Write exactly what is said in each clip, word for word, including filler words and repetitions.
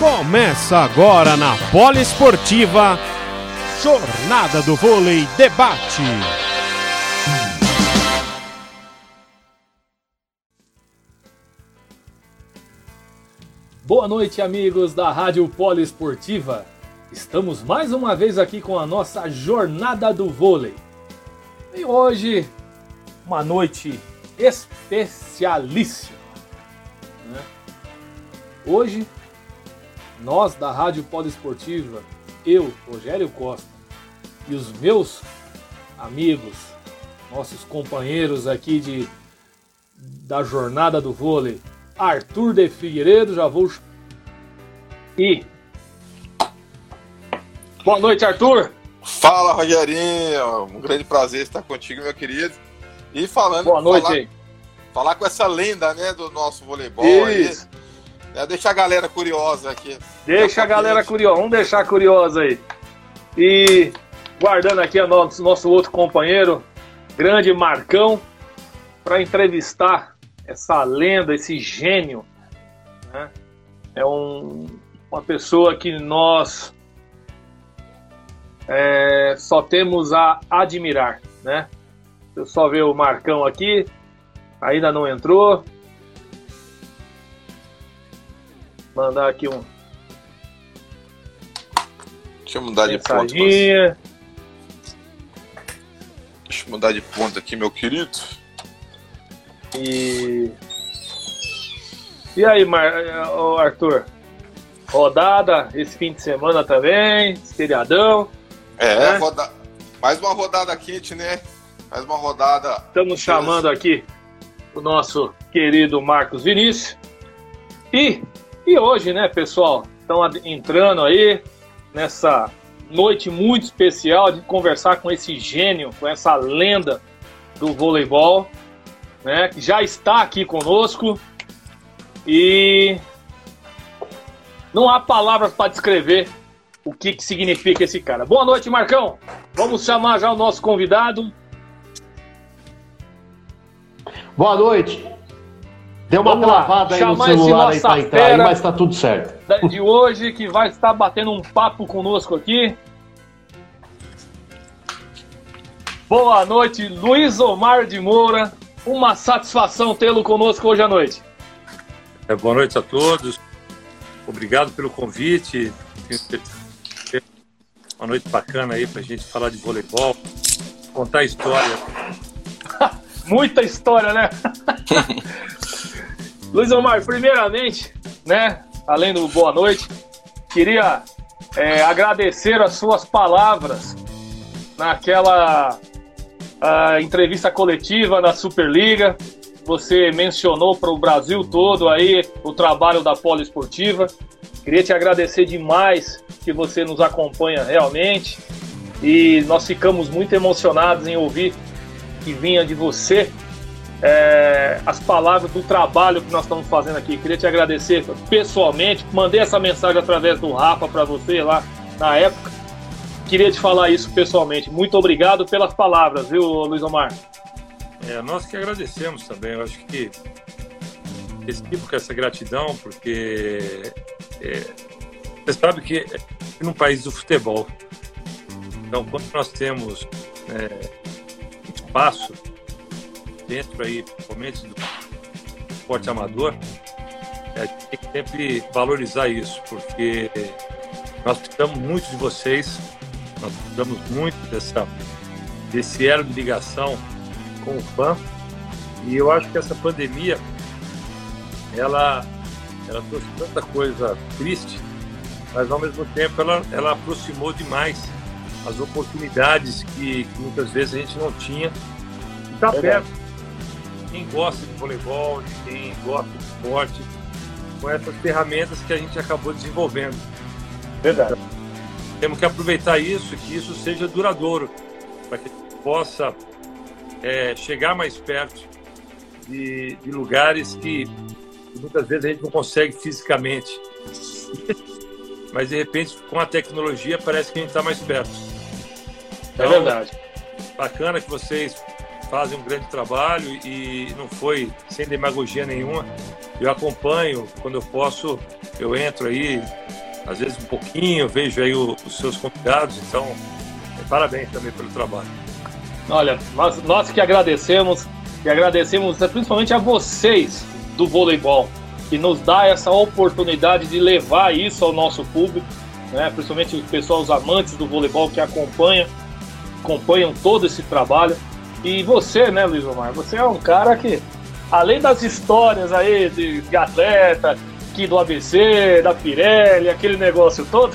Começa agora na Poliesportiva, Jornada do Vôlei Debate. Boa noite, amigos da Rádio Poliesportiva. Estamos mais uma vez aqui com a nossa Jornada do Vôlei. E hoje, uma noite especialíssima, né? Hoje, nós da Rádio Poliesportiva, eu, Rogério Costa, e os meus amigos, nossos companheiros aqui de, da Jornada do Vôlei, Arthur de Figueiredo, já vou... E... Boa noite, Arthur! Fala, Rogerinho! Um grande prazer estar contigo, meu querido. E falando... Boa noite, falar, aí. Falar com essa lenda, né, do nosso voleibol. Isso. Aí. É, deixa a galera curiosa aqui. Deixa a galera curiosa, vamos deixar curiosa aí. E guardando aqui o nosso, nosso outro companheiro, grande Marcão, para entrevistar essa lenda, esse gênio, né? É um, uma pessoa que nós é, só temos a admirar, né? Eu só ver o Marcão aqui, ainda não entrou. Mandar aqui um... Deixa eu mudar de ponto. Mensaginha. Deixa eu mudar de ponto aqui, meu querido. E... E aí, Mar... Ô, Arthur? Rodada esse fim de semana também, feriadão. É, né? roda... mais uma rodada quente, né? Mais uma rodada... Estamos chamando aqui o nosso querido Marcos Vinícius. E... E hoje, né, pessoal, estão entrando aí nessa noite muito especial de conversar com esse gênio, com essa lenda do voleibol, né, que já está aqui conosco. E não há palavras para descrever o que, que significa esse cara. Boa noite, Marcão. Vamos chamar já o nosso convidado. Boa noite. Deu uma Vamos lá, travada aí no chamar celular esse aí pra entrar, aí, mas tá tudo certo. De hoje, que vai estar batendo um papo conosco aqui. Boa noite, Luiz Omar de Moura. Uma satisfação tê-lo conosco hoje à noite. É, boa noite a todos. Obrigado pelo convite. Uma noite bacana aí pra gente falar de voleibol, contar a história. Muita história, né? Luiz Omar, primeiramente, né, além do boa noite, queria é, agradecer as suas palavras naquela a, entrevista coletiva na Superliga. Você mencionou para o Brasil todo aí o trabalho da Poliesportiva. Queria te agradecer demais que você nos acompanha realmente. E nós ficamos muito emocionados em ouvir que vinha de você É, as palavras do trabalho que nós estamos fazendo aqui. Queria te agradecer pessoalmente. Mandei essa mensagem através do Rafa para você lá na época. Queria te falar isso pessoalmente. Muito obrigado pelas palavras, viu, Luiz Omar? É, nós que agradecemos também. Eu acho que esse tipo com essa gratidão, porque é, você sabe que é num país do futebol, então quando nós temos é, espaço dentro aí, principalmente do esporte amador, a gente tem que sempre valorizar isso, porque nós precisamos muito de vocês, nós precisamos muito dessa, desse elo de ligação com o fã, e eu acho que essa pandemia, ela, ela trouxe tanta coisa triste, mas ao mesmo tempo ela, ela aproximou demais as oportunidades que, que muitas vezes a gente não tinha, e está perto. Quem gosta de voleibol, quem gosta de esporte, com essas ferramentas que a gente acabou desenvolvendo. Verdade. Então, temos que aproveitar isso, que isso seja duradouro, para que a gente possa é, chegar mais perto de, de lugares que muitas vezes a gente não consegue fisicamente. Mas, de repente, com a tecnologia, parece que a gente está mais perto. Então, é verdade. Bacana que vocês fazem um grande trabalho e não foi sem demagogia nenhuma. Eu acompanho, quando eu posso, eu entro aí, às vezes um pouquinho, vejo aí o, os seus convidados, então, é, parabéns também pelo trabalho. Olha, nós, nós que agradecemos, e agradecemos principalmente a vocês do voleibol, que nos dá essa oportunidade de levar isso ao nosso público, né? Principalmente o pessoal, os amantes do voleibol que acompanham, acompanham todo esse trabalho. E você, né, Luiz Omar, você é um cara que, além das histórias aí de, de atleta, aqui do A B C, da Pirelli, aquele negócio todo,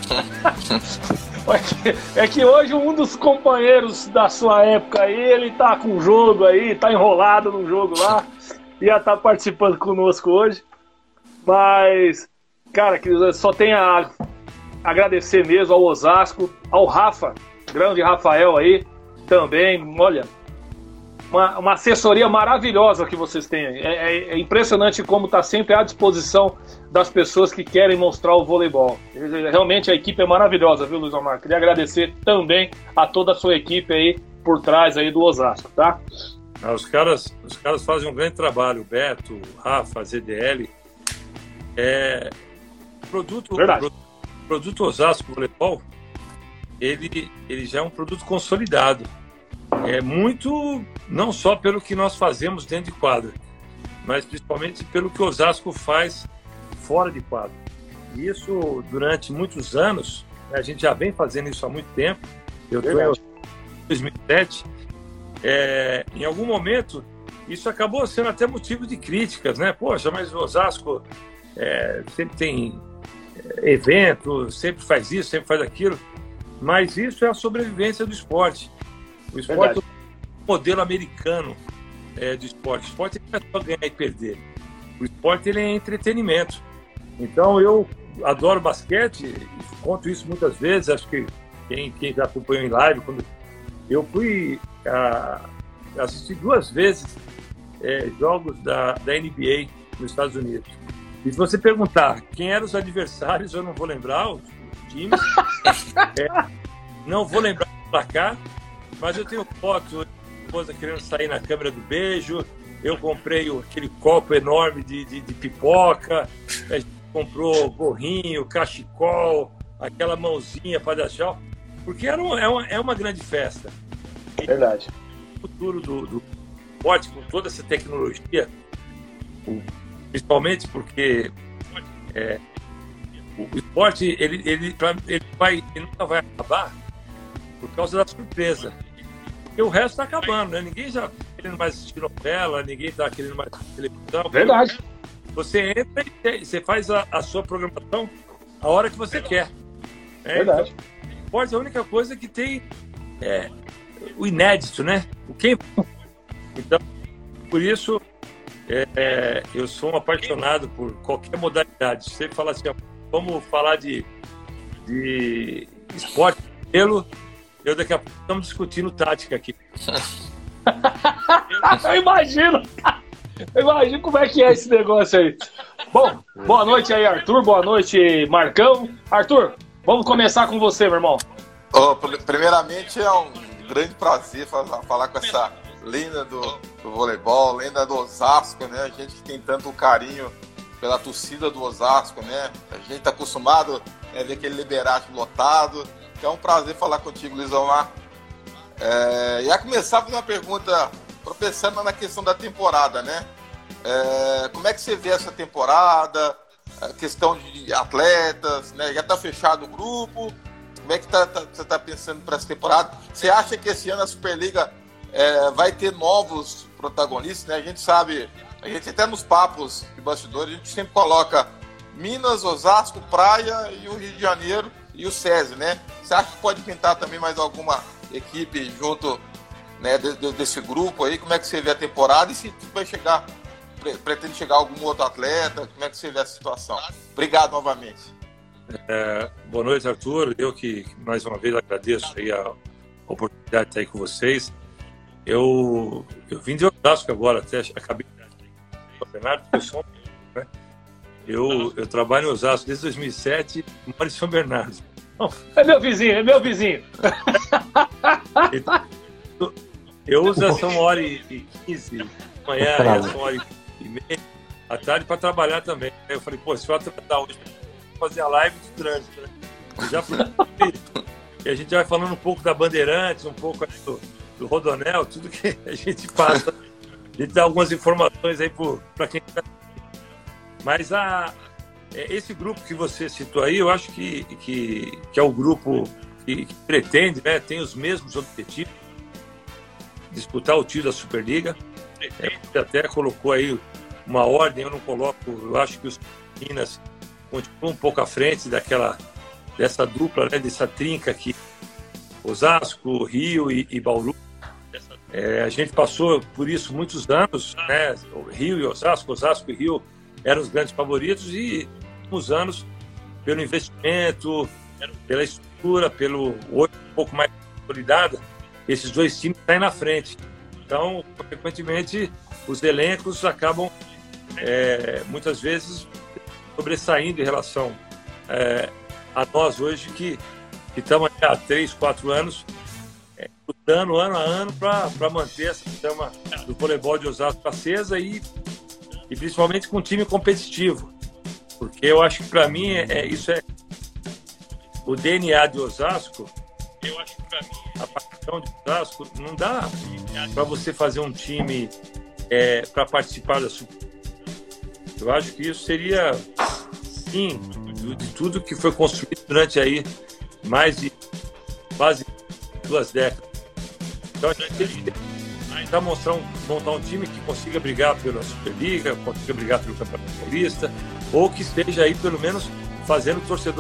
é, que, é que hoje um dos companheiros da sua época aí, ele tá com um jogo aí, tá enrolado num jogo lá, ia estar tá participando conosco hoje. Mas, cara, que só tenho a agradecer mesmo ao Osasco, ao Rafa, grande Rafael aí, também, olha, uma, uma assessoria maravilhosa que vocês têm. É, é, é impressionante como está sempre à disposição das pessoas que querem mostrar o voleibol. Realmente a equipe é maravilhosa, viu, Luiz Omar? Queria agradecer também a toda a sua equipe aí por trás aí do Osasco, tá? Ah, os caras, os caras fazem um grande trabalho, o Beto, o Rafa, a Z D L. É, produto, produto, produto Osasco Voleibol, ele, ele já é um produto consolidado. É muito, não só pelo que nós fazemos dentro de quadra, mas principalmente pelo que o Osasco faz fora de quadra. E isso, durante muitos anos, a gente já vem fazendo isso há muito tempo. Eu estou em dois mil e sete. É, em algum momento, isso acabou sendo até motivo de críticas, né? Poxa, mas o Osasco é, sempre tem evento, sempre faz isso, sempre faz aquilo. Mas isso é a sobrevivência do esporte. O esporte Verdade. É um modelo americano é, do esporte. O esporte não é só ganhar e perder. O esporte ele é entretenimento. Então eu adoro basquete, conto isso muitas vezes, acho que quem, quem já acompanhou em live, quando eu fui a, assistir duas vezes é, jogos da, da N B A nos Estados Unidos. E se você perguntar quem eram os adversários, eu não vou lembrar os, os times, é, não vou lembrar do placar, mas eu tenho foto, a esposa querendo sair na câmera do beijo, eu comprei aquele copo enorme de, de, de pipoca, a gente comprou gorrinho, cachecol, aquela mãozinha para dar tchau, porque era um, é, uma, é uma grande festa. E Verdade. O futuro do, do esporte, com toda essa tecnologia, o, principalmente porque é, o esporte ele, ele, ele, vai, ele nunca vai acabar por causa da surpresa. Porque o resto está acabando, né? Ninguém já está querendo mais assistir novela, ninguém está querendo mais televisão. Verdade. Você entra e você faz a, a sua programação a hora que você quer. Né? Verdade. Então, o esporte é a única coisa que tem é, o inédito, né? O quem... Então, por isso, é, é, eu sou um apaixonado por qualquer modalidade. Se você falar assim, vamos falar de, de esporte, pelo, eu daqui a pouco estamos discutindo tática aqui. Eu imagino! Eu imagino como é que é esse negócio aí. Bom, boa noite aí, Arthur. Boa noite, Marcão. Arthur, vamos começar com você, meu irmão. Oh, primeiramente, é um grande prazer falar, falar com essa lenda do, do voleibol, lenda do Osasco, né? A gente que tem tanto carinho pela torcida do Osasco, né? A gente tá acostumado a ver aquele Liberate lotado. Então é um prazer falar contigo, Luiz Omar. É, ia começar com uma pergunta, pensando na questão da temporada, né? É, como é que você vê essa temporada? A questão de atletas, né? Já está fechado o grupo. Como é que tá, tá, você está pensando para essa temporada? Você acha que esse ano a Superliga é, vai ter novos protagonistas, né? A gente sabe, a gente até nos papos de bastidores, a gente sempre coloca Minas, Osasco, Praia e o Rio de Janeiro e o SESI, né? Você acha que pode pintar também mais alguma equipe junto, né, de, de, desse grupo aí? Como é que você vê a temporada e se vai chegar, pretende chegar algum outro atleta? Como é que você vê a situação? Obrigado novamente. É, boa noite, Arthur. Eu que mais uma vez agradeço aí a oportunidade de estar aí com vocês. Eu, eu vim de Osasco agora, até acabei de Bernardo, eu sou né? eu, eu trabalho em Osasco desde dois mil e sete, moro em São Bernardo. É meu vizinho, é meu vizinho. Eu uso essa uma hora e quinze da manhã, essa uma hora e meia à tarde para trabalhar também. Eu falei, pô, se eu atrasar hoje fazer a live do trânsito, né? Eu já fui... E a gente vai falando um pouco da Bandeirantes, um pouco do, do Rodonel, tudo que a gente passa. A gente dá algumas informações aí para quem está. Mas a, esse grupo que você citou aí, eu acho que, que, que é o grupo que, que pretende, né, tem os mesmos objetivos, disputar o título da Superliga. É, você até colocou aí uma ordem, eu não coloco, eu acho que os Minas continuam um pouco à frente daquela, dessa dupla, né, dessa trinca aqui, Osasco, Rio e, e Bauru. É, a gente passou por isso muitos anos, né, Rio e Osasco, Osasco e Rio eram os grandes favoritos e uns anos, pelo investimento, pela estrutura, pelo hoje um pouco mais consolidada, esses dois times saem na frente. Então, consequentemente, os elencos acabam é, muitas vezes sobressaindo em relação é, a nós hoje que, que estamos há três, quatro anos é, lutando ano a ano para manter essa chama do voleibol de Osasco acesa e, e principalmente com um time competitivo. Porque eu acho que para mim é, é, isso é o D N A de Osasco. Eu acho que para mim a paixão de Osasco não dá para você fazer um time é, para participar da Super. Eu acho que isso seria, sim, de, de tudo que foi construído durante aí mais de quase duas décadas. Então a gente tem que tentar mostrar um, montar um time que consiga brigar pela Superliga, consiga brigar pelo Campeonato Paulista, ou que esteja aí pelo menos fazendo o torcedor.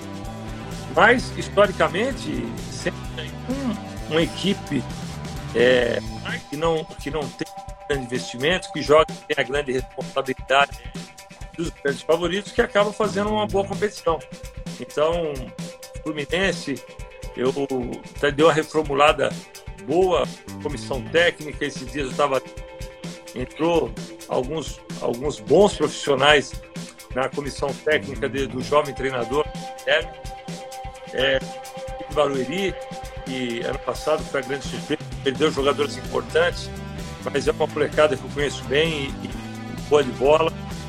Mas, historicamente, sempre tem um, uma equipe é, que, não, que não tem grande investimento, que joga e tem a grande responsabilidade dos grandes favoritos, que acaba fazendo uma boa competição. Então, Fluminense, eu até dei uma reformulada boa, comissão técnica, esses dias eu estava... Entrou alguns, alguns bons profissionais na comissão técnica de, do jovem treinador, é, é, Barueri, que ano passado foi a grande surpresa, perdeu jogadores importantes, mas é uma molecada que eu conheço bem e, e boa de bola.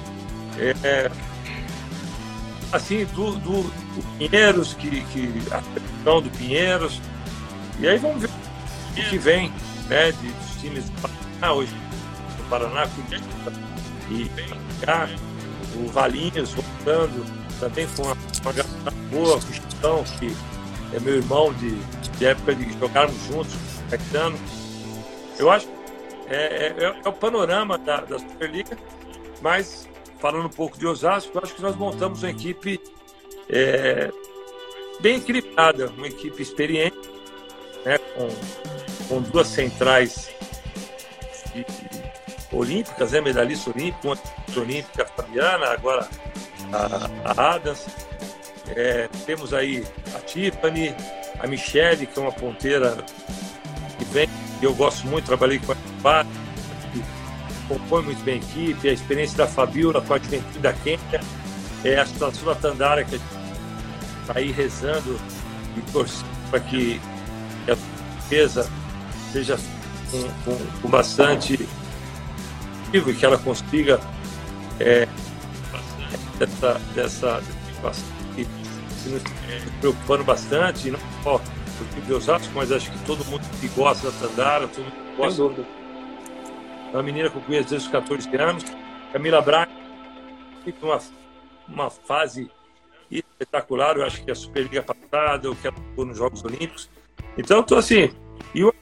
É, assim, do, do, do Pinheiros, que, que, a questão do Pinheiros, e aí vamos ver o que vem, né, de, dos times do Paraná, hoje do Paraná, e cá, o Valinhos voltando, também com uma, uma garota boa, com o Chitão, que é meu irmão de, de época de jogarmos juntos, Caetano. Eu acho que é, é, é o panorama da, da Superliga, mas falando um pouco de Osasco, eu acho que nós montamos uma equipe é, bem equilibrada, uma equipe experiente, né, com, com duas centrais de, de, olímpicas, né, medalhista olímpica, uma olímpica, a Fabiana, agora a, a Adams. É, temos aí a Tiffany, a Michele, que é uma ponteira que vem, que eu gosto muito, trabalhei com ela, que compõe muito bem a equipe, a experiência da Fabiola com a juventude da Quênia, é, a situação da Tandara, que está aí rezando e torcendo para que a defesa seja com, com, com bastante e que ela consiga é, dessa, dessa, dessa nos preocupando bastante, não só o time de Osasco, mas acho que todo mundo que gosta da Tandara, todo mundo que gosta. Sem dúvida. É uma menina que eu conheço desde os catorze anos, Camila Braga, uma, uma fase espetacular, eu acho que a Superliga passada, o que ela ficou nos Jogos Olímpicos. Então, eu tô assim, e eu,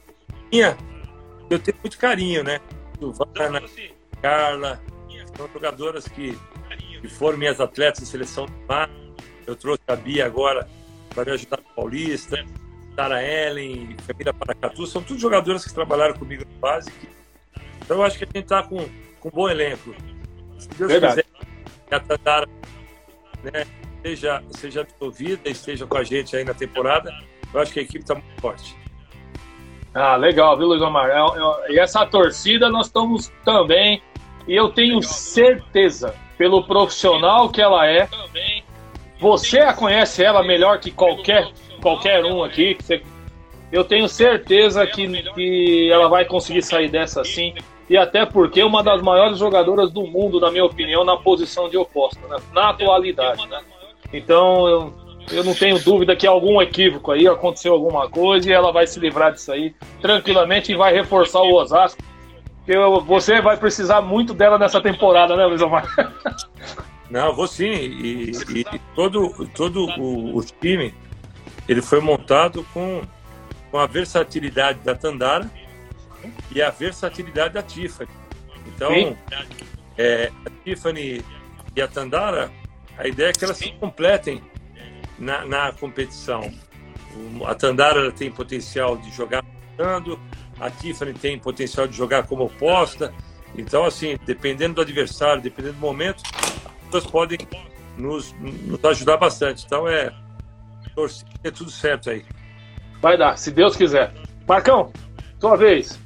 eu tenho muito carinho, né? Silvana, Carla, são jogadoras que, que foram minhas atletas de seleção do mar. Eu trouxe a Bia agora para me ajudar no Paulista, Sara Ellen, Camila Paracatu, são todos jogadoras que trabalharam comigo no base. Então eu acho que a gente está com, com um bom elenco. Se Deus Verdade. quiser, que a Tandara, né, seja, seja absorvida e esteja com a gente aí na temporada, eu acho que a equipe está muito forte. Ah, legal, viu, Luiz Omar? E essa torcida nós estamos também, e eu tenho certeza, pelo profissional que ela é, você a conhece ela melhor que qualquer, qualquer um aqui. Que você, eu tenho certeza que, que ela vai conseguir sair dessa assim. E até porque é uma das maiores jogadoras do mundo, na minha opinião, na posição de oposta, né? Na atualidade. Né? Então eu, eu não tenho dúvida que algum equívoco aí, aconteceu alguma coisa e ela vai se livrar disso aí tranquilamente e vai reforçar o Osasco. Porque você vai precisar muito dela nessa temporada, né, Luiz Omar? Não, vou sim. E, e todo, todo o, o time ele foi montado com, com a versatilidade da Tandara e a versatilidade da Tiffany. Então, é, a Tiffany e a Tandara, a ideia é que elas se completem na, na competição. A Tandara ela tem potencial de jogar jogando, a Tiffany tem potencial de jogar como oposta. Então, assim, dependendo do adversário, dependendo do momento, as pessoas podem nos, nos ajudar bastante. Então, é torcer, é tudo certo aí. Vai dar, se Deus quiser. Marcão, sua vez.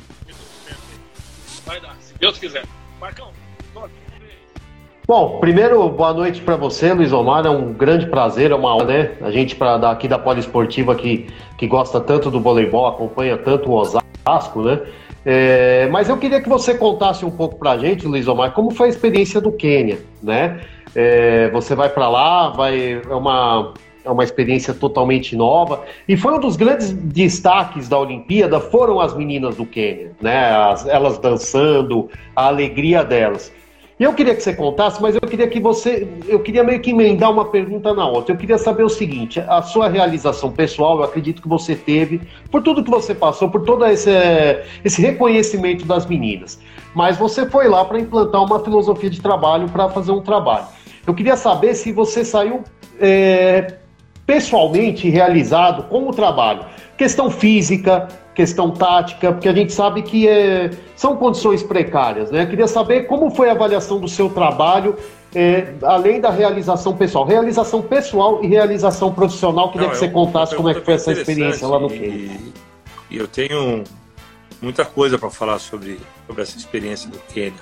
Vai dar, se Deus quiser. Marcão, sua vez. Bom, primeiro, boa noite para você, Luiz Omar. É um grande prazer, é uma honra, né? A gente pra, daqui da Poliesportiva que, que gosta tanto do voleibol, acompanha tanto o Osasco, né? É, mas eu queria que você contasse um pouco pra gente, Luiz Omar, como foi a experiência do Quênia, né? É, você vai para lá, vai, é uma, é uma experiência totalmente nova, e foi um dos grandes destaques da Olimpíada, foram as meninas do Quênia, né? As, elas dançando, a alegria delas. E eu queria que você contasse, mas eu queria que você, eu queria meio que emendar uma pergunta na outra. Eu queria saber o seguinte, a sua realização pessoal, eu acredito que você teve, por tudo que você passou, por todo esse, esse reconhecimento das meninas. Mas você foi lá para implantar uma filosofia de trabalho, para fazer um trabalho. Eu queria saber se você saiu é, pessoalmente realizado com o trabalho. Questão física, questão tática, porque a gente sabe que é, são condições precárias, né? Eu queria saber como foi a avaliação do seu trabalho, é, além da realização pessoal. Realização pessoal e realização profissional. Queria Não, que você contasse como é que foi essa experiência lá no Quênia. E, e eu tenho muita coisa para falar sobre, sobre essa experiência do Quênia.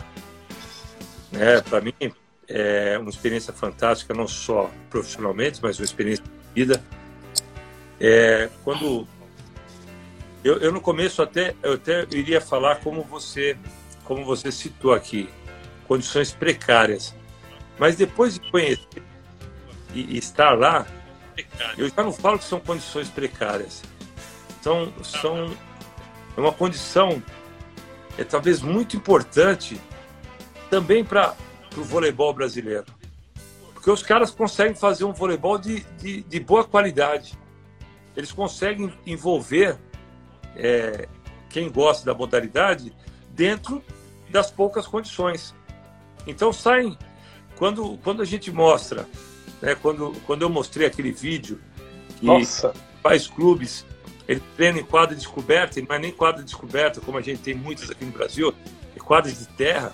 É, para mim, é uma experiência fantástica, não só profissionalmente, mas uma experiência de vida. É, quando... Eu, eu no começo até eu até iria falar como você como você citou aqui, condições precárias, mas depois de conhecer e, e estar lá, eu já não falo que são condições precárias, são são é uma condição é talvez muito importante também para o voleibol brasileiro, porque os caras conseguem fazer um voleibol de, de, de boa qualidade, eles conseguem envolver É, quem gosta da modalidade dentro das poucas condições. Então saem, quando, quando a gente mostra, né, quando, quando eu mostrei aquele vídeo que Nossa. faz clubes, ele treina em quadra descoberta, e não é nem quadra descoberta como a gente tem muitas aqui no Brasil, é quadras de terra,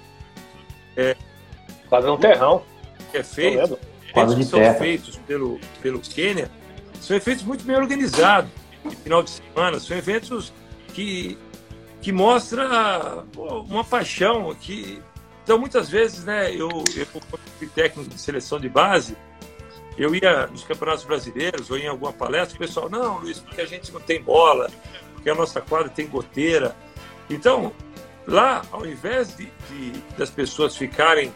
é, quadrão terrão que é feito, quadra de que são terra. feitos pelo, pelo Quênia, são efeitos muito bem organizados. De final de semana, são eventos que, que mostram uma paixão. Que... Então, muitas vezes, né, eu, eu, quando fui técnico de seleção de base, eu ia nos campeonatos brasileiros ou em alguma palestra, o pessoal, não, Luiz, porque a gente não tem bola, porque a nossa quadra tem goteira. Então, lá, ao invés de, de das pessoas ficarem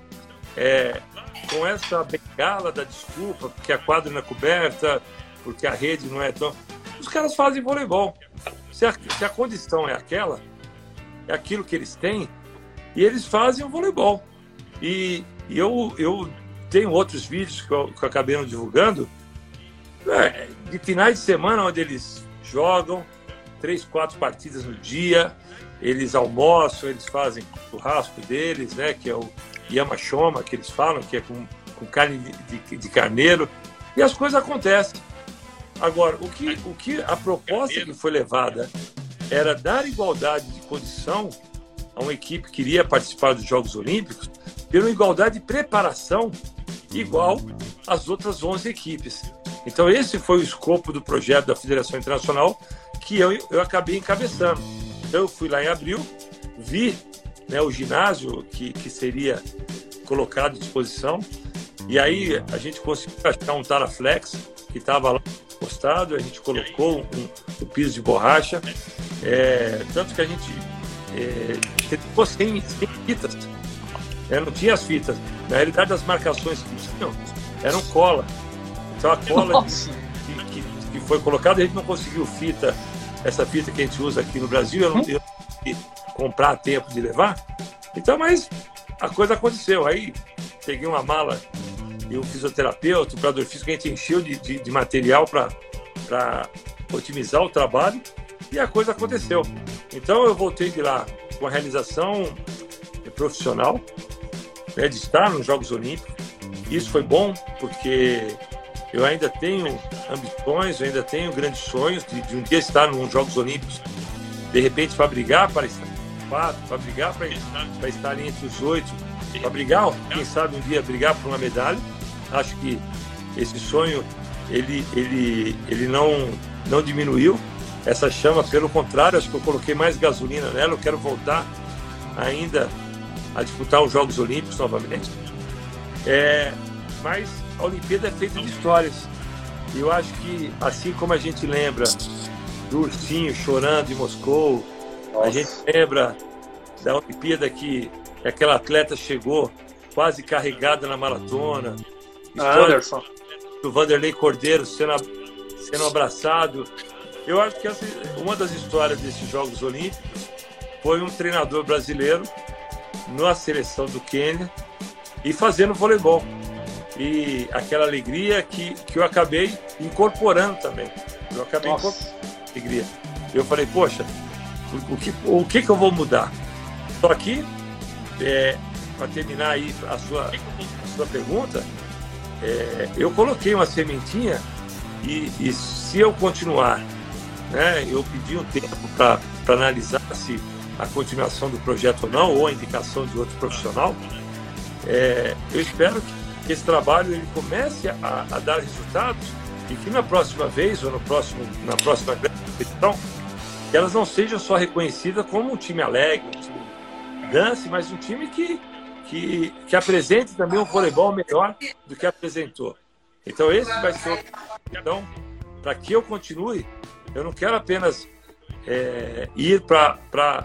é, com essa bengala da desculpa, porque a quadra não é coberta, porque a rede não é tão... Os caras fazem voleibol. Se a, se a condição é aquela, é aquilo que eles têm, e eles fazem o voleibol. E, e eu, eu tenho outros vídeos que eu, que eu acabei não divulgando, é, de finais de semana, onde eles jogam três, quatro partidas no dia, eles almoçam, eles fazem o churrasco deles, né, que é o yamashoma, que eles falam, que é com, com carne de, de, de carneiro, e as coisas acontecem. Agora, o que, o que a proposta que foi levada era dar igualdade de condição a uma equipe que iria participar dos Jogos Olímpicos, ter uma igualdade de preparação igual às outras onze equipes. Então, esse foi o escopo do projeto da Federação Internacional que eu, eu acabei encabeçando. Então, eu fui lá em abril, vi, né, o ginásio que, que seria colocado à disposição, e aí a gente conseguiu achar um Taraflex que estava lá postado, a gente colocou um, um piso de borracha, é, tanto que a gente é, ficou sem, sem fitas, né, não tinha as fitas. Na realidade, as marcações que tinham eram cola. Então a cola que, que, que foi colocada, a gente não conseguiu fita, essa fita que a gente usa aqui no Brasil, eu não tive que comprar a tempo de levar. Então, mas a coisa aconteceu. Aí peguei uma mala e um fisioterapeuta, um operador físico, que a gente encheu de, de, de material para otimizar o trabalho, e a coisa aconteceu. Então eu voltei de lá com a realização profissional, né, de estar nos Jogos Olímpicos. Isso foi bom, porque eu ainda tenho ambições, eu ainda tenho grandes sonhos de, de um dia estar nos Jogos Olímpicos, de repente para brigar para estar quatro, para brigar para estar, estar entre os oito, para brigar, quem sabe um dia brigar por uma medalha. Acho que esse sonho ele, ele, ele não, não diminuiu essa chama, pelo contrário, acho que eu coloquei mais gasolina nela. Eu quero voltar ainda a disputar os Jogos Olímpicos novamente. É, mas a Olimpíada é feita de histórias. E eu acho que, assim como a gente lembra do ursinho chorando em Moscou, Nossa. A gente lembra da Olimpíada que aquela atleta chegou quase carregada na maratona. Anderson. Do Vanderlei Cordeiro sendo, sendo abraçado. Eu acho que essa, uma das histórias desses Jogos Olímpicos foi um treinador brasileiro na seleção do Quênia e fazendo voleibol. E aquela alegria que, que eu acabei incorporando também. Eu acabei Nossa. incorporando alegria. Eu falei, poxa, o, o, que, o que que eu vou mudar? Só que, é, para terminar aí a sua, a sua pergunta, é, eu coloquei uma sementinha e, e se eu continuar, né, eu pedi um tempo para analisar se a continuação do projeto ou não, ou a indicação de outro profissional. É, eu espero que esse trabalho ele comece a, a dar resultados e que na próxima vez ou no próximo, na próxima grande competição, que elas não sejam só reconhecidas como um time alegre, um time dance, mas um time que, que, que apresente também um voleibol melhor do que apresentou. Então esse vai ser o... Então, para que eu continue, eu não quero apenas é, ir para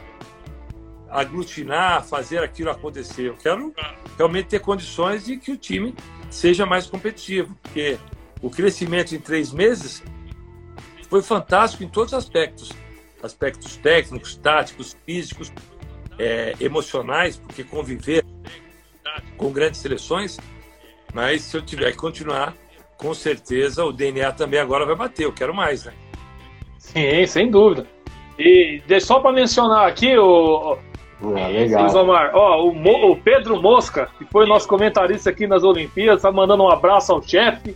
aglutinar, fazer aquilo acontecer. Eu quero realmente ter condições de que o time seja mais competitivo, porque o crescimento em três meses foi fantástico em todos os aspectos. Aspectos técnicos, táticos, físicos, é, emocionais, porque conviver com grandes seleções, mas se eu tiver que continuar, com certeza o D N A também agora vai bater. Eu quero mais, né? Sim, sem dúvida. E só para mencionar aqui, o, ah, legal. Omar, ó, o, Mo, o Pedro Mosca, que foi nosso comentarista aqui nas Olimpíadas, tá mandando um abraço ao chefe.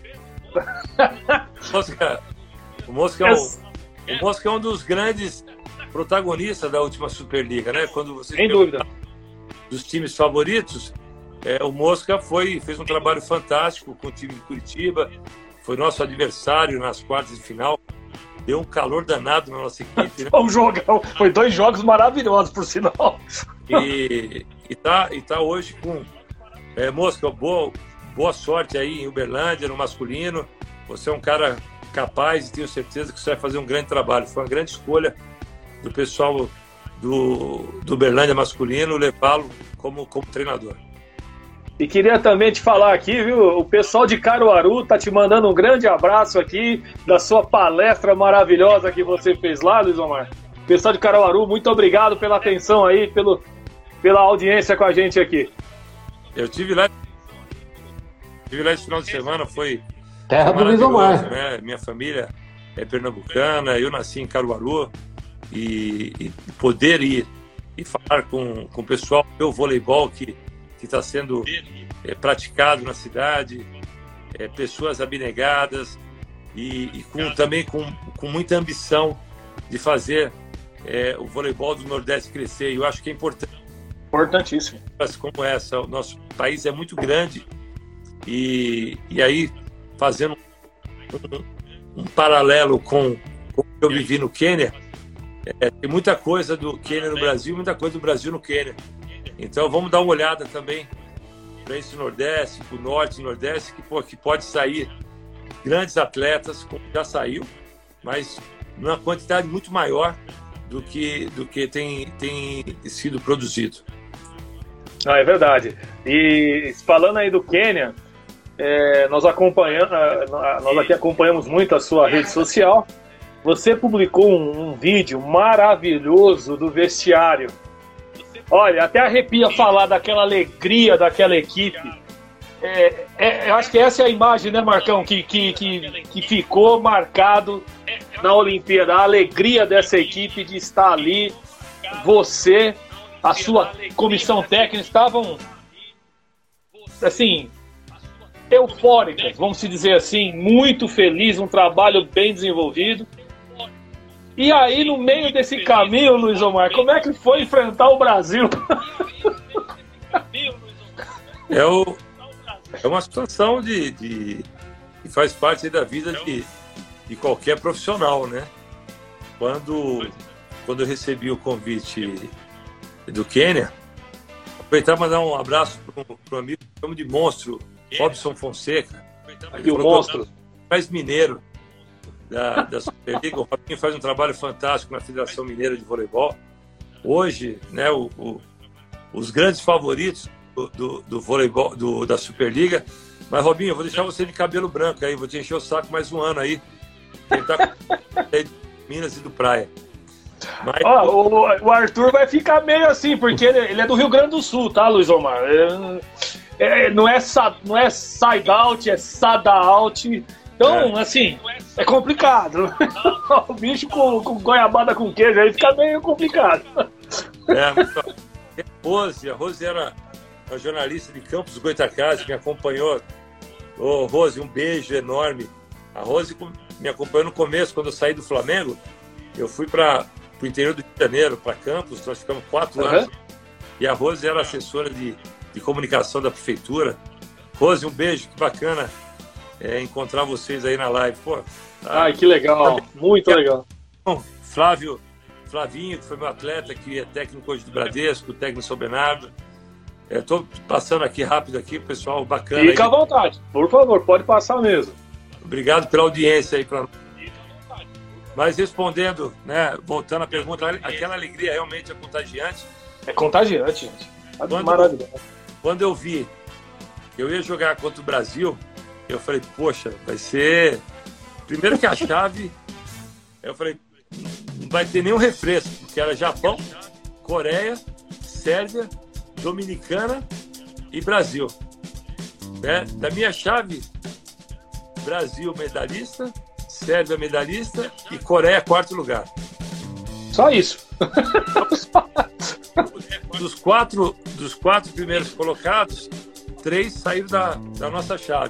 Mosca, o Mosca é um, o Mosca é um dos grandes protagonistas da última Superliga, né? Quando você sem dúvida dos times favoritos, é, o Mosca foi, fez um trabalho fantástico com o time de Curitiba, foi nosso adversário nas quartas de final. Deu um calor danado na nossa equipe, né? Um jogão, foi dois jogos maravilhosos, por sinal. E, e, tá, e tá hoje com... É, Mosca, boa, boa sorte aí em Uberlândia, no masculino. Você é um cara capaz e tenho certeza que você vai fazer um grande trabalho. Foi uma grande escolha do pessoal do, do Uberlândia masculino levá-lo como, como treinador. E queria também te falar aqui, viu? O pessoal de Caruaru tá te mandando um grande abraço aqui da sua palestra maravilhosa que você fez lá, Luiz Omar. Pessoal de Caruaru, muito obrigado pela atenção aí, pelo, pela audiência com a gente aqui. Eu tive lá, tive lá esse final de semana, foi terra do Luiz Omar. Né? Minha família é pernambucana, eu nasci em Caruaru e, e poder ir e falar com, com o pessoal do voleibol que que está sendo é, praticado na cidade, é, pessoas abnegadas e, e com, também com, com muita ambição de fazer é, o voleibol do Nordeste crescer. E eu acho que é importante. Importantíssimo. Como essa, o nosso país é muito grande e, e aí fazendo um, um paralelo com, com o que eu vivi no Quênia, é, tem muita coisa do Quênia no Brasil, muita coisa do Brasil no Quênia. Então vamos dar uma olhada também para esse Nordeste, para o Norte e Nordeste, que, pô, que pode sair grandes atletas, como já saiu, mas numa quantidade muito maior do que, do que tem, tem sido produzido. Ah, é verdade. E falando aí do Quênia, é, nós, acompanhamos, nós aqui acompanhamos muito a sua rede social. Você publicou um, um vídeo maravilhoso do vestiário. Olha, até arrepia falar daquela alegria daquela equipe. É, é, eu acho que essa é a imagem, né, Marcão, que, que, que, que ficou marcado na Olimpíada. A alegria dessa equipe de estar ali. Você, a sua comissão técnica estavam, assim, eufóricas, vamos dizer assim, muito felizes, um trabalho bem desenvolvido. E aí, no meio desse caminho, Luiz Omar, como é que foi enfrentar o Brasil? É, o, é uma situação de, de, que faz parte da vida de, de qualquer profissional, né? Quando, quando eu recebi o convite do Quênia, aproveitar para mandar um abraço para um amigo que chama de monstro, Robson Fonseca. E o monstro? Mais mineiro da, da Superliga. O Robinho faz um trabalho fantástico na Federação Mineira de Voleibol. Hoje, né, o, o, os grandes favoritos do, do, do voleibol do, da Superliga. Mas, Robinho, eu vou deixar você de cabelo branco aí, vou te encher o saco mais um ano aí. Ele tá com Minas e do Praia. Mas... Ó, o, o Arthur vai ficar meio assim, porque ele, ele é do Rio Grande do Sul, tá, Luiz Omar? É, é, não, é, não é side out, é sada out. Então, é. assim, é complicado. O bicho com, com goiabada com queijo aí fica meio complicado. É, mas, ó, a Rose, a Rose era uma jornalista de Campos do Goytacazes, me acompanhou. Ô, Rose, um beijo enorme. A Rose me acompanhou no começo, quando eu saí do Flamengo. Eu fui para o interior do Rio de Janeiro, para Campos, nós ficamos quatro uhum. anos. E a Rose era assessora de, de comunicação da prefeitura. Rose, um beijo, que bacana é, encontrar vocês aí na live. Pô, tá, ai, que legal, muito legal. Bom, Flávio, Flavinho, que foi meu atleta, que é técnico hoje do Bradesco, técnico São Bernardo. Estou passando aqui rápido aqui, pessoal, bacana. Fica aí. à vontade, por favor, pode passar mesmo. Obrigado pela audiência aí para nós. Mas respondendo, né, voltando à pergunta, aquela alegria realmente é contagiante. É contagiante, gente. Quando, maravilhoso. Quando eu vi que eu ia jogar contra o Brasil, eu falei, poxa, vai ser... Primeiro que a chave, eu falei, não vai ter nenhum refresco, porque era Japão, Coreia, Sérvia, Dominicana e Brasil. Né? Da minha chave, Brasil medalhista, Sérvia medalhista e Coreia quarto lugar. Só isso. Dos quatro, dos quatro primeiros colocados, três saíram da, da nossa chave.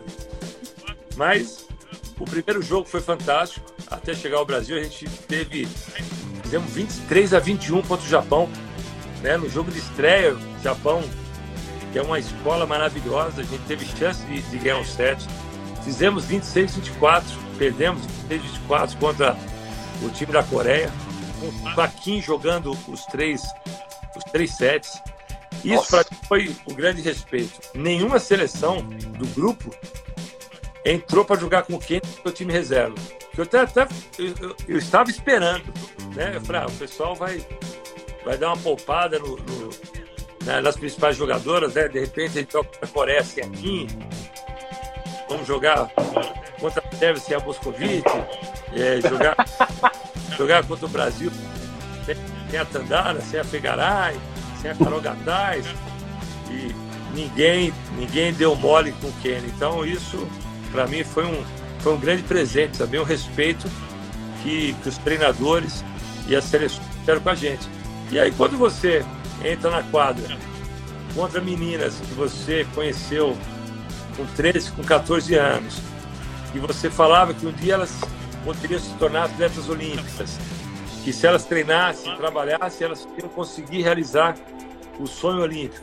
Mas o primeiro jogo foi fantástico. Até chegar ao Brasil, a gente teve fizemos vinte e três a vinte e um contra o Japão, né? No jogo de estreia, o Japão, que é uma escola maravilhosa, a gente teve chance de, de ganhar um set. Fizemos vinte e seis a vinte e quatro, perdemos vinte e seis a vinte e quatro contra o time da Coreia, com o Paquim jogando os três, os três sets. Isso para mim foi o grande respeito. Nenhuma seleção do grupo entrou para jogar com quem o time reserva. Eu, até, até, eu, eu, eu estava esperando, né? Eu falei, ah, o pessoal vai, vai dar uma poupada no, no, né, nas principais jogadoras, né? De repente a gente toca a Coreia sem a Kim. Vamos jogar contra a Sérvia sem a Moscovici, é, jogar, jogar contra o Brasil sem, sem a Tandara, sem a Fegaray, sem a Carol Gattais, e ninguém, ninguém deu mole com o Quênia. Então isso, para mim, foi um, foi um grande presente, também um respeito que, que os treinadores e as seleções fizeram com a gente. E aí quando você entra na quadra contra meninas que você conheceu com treze, com quatorze anos, e você falava que um dia elas poderiam se tornar atletas olímpicas, que se elas treinassem, trabalhassem, elas iam conseguir realizar o sonho olímpico.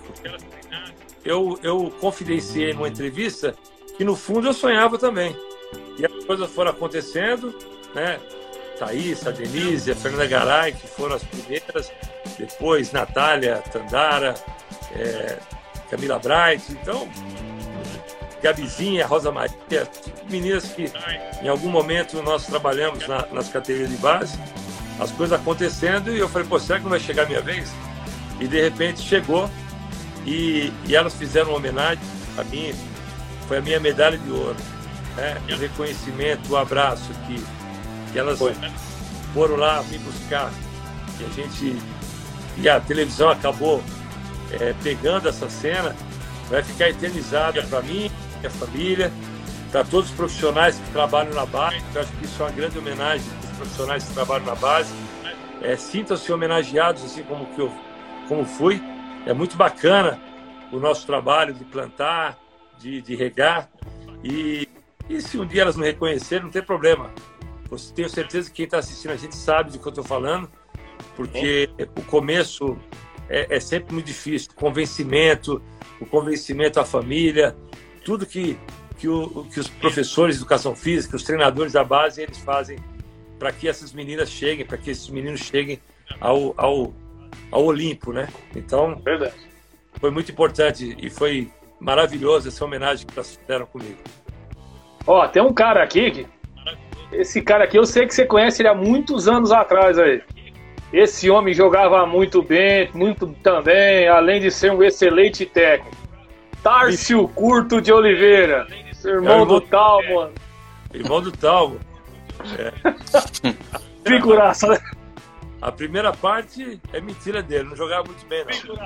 Eu, eu confidenciei numa entrevista que no fundo eu sonhava também. E as coisas foram acontecendo, né? Thaís, a Denise, a Fernanda Garay, que foram as primeiras, depois Natália, Tandara, é, Camila Bright, então Gabizinha, Rosa Maria, meninas que em algum momento nós trabalhamos na, nas categorias de base, as coisas acontecendo, e eu falei, pô, será que não vai chegar a minha vez? E de repente chegou, e, e elas fizeram uma homenagem a mim, foi a minha medalha de ouro, né? O reconhecimento, o abraço que, que elas foi. foram lá me buscar, e a gente, e a televisão acabou é, pegando essa cena, vai ficar eternizada para mim, minha família, para todos os profissionais que trabalham na base. Eu acho que isso é uma grande homenagem para os profissionais que trabalham na base. É, sintam-se homenageados, assim como que eu como fui. É muito bacana o nosso trabalho de plantar, de, de regar. E, e se um dia elas não reconhecerem, não tem problema. Eu tenho certeza que quem está assistindo a gente sabe do que eu estou falando, porque o começo é, é sempre muito difícil. O convencimento, o convencimento à família, tudo que, que, o, que os professores de educação física, os treinadores da base, eles fazem para que essas meninas cheguem, para que esses meninos cheguem ao, ao, ao Olimpo, né? Então, verdade. Foi muito importante e foi maravilhoso essa homenagem que elas fizeram comigo. Ó, tem um cara aqui, que, esse cara aqui eu sei que você conhece ele há muitos anos atrás aí. Esse homem jogava muito bem, muito também, além de ser um excelente técnico. Tárcio Curto de Oliveira, irmão, é, irmão do Talmo. É, irmão do Talmo. É. Figuraça, né? A primeira parte é mentira dele, não jogava muito bem, não.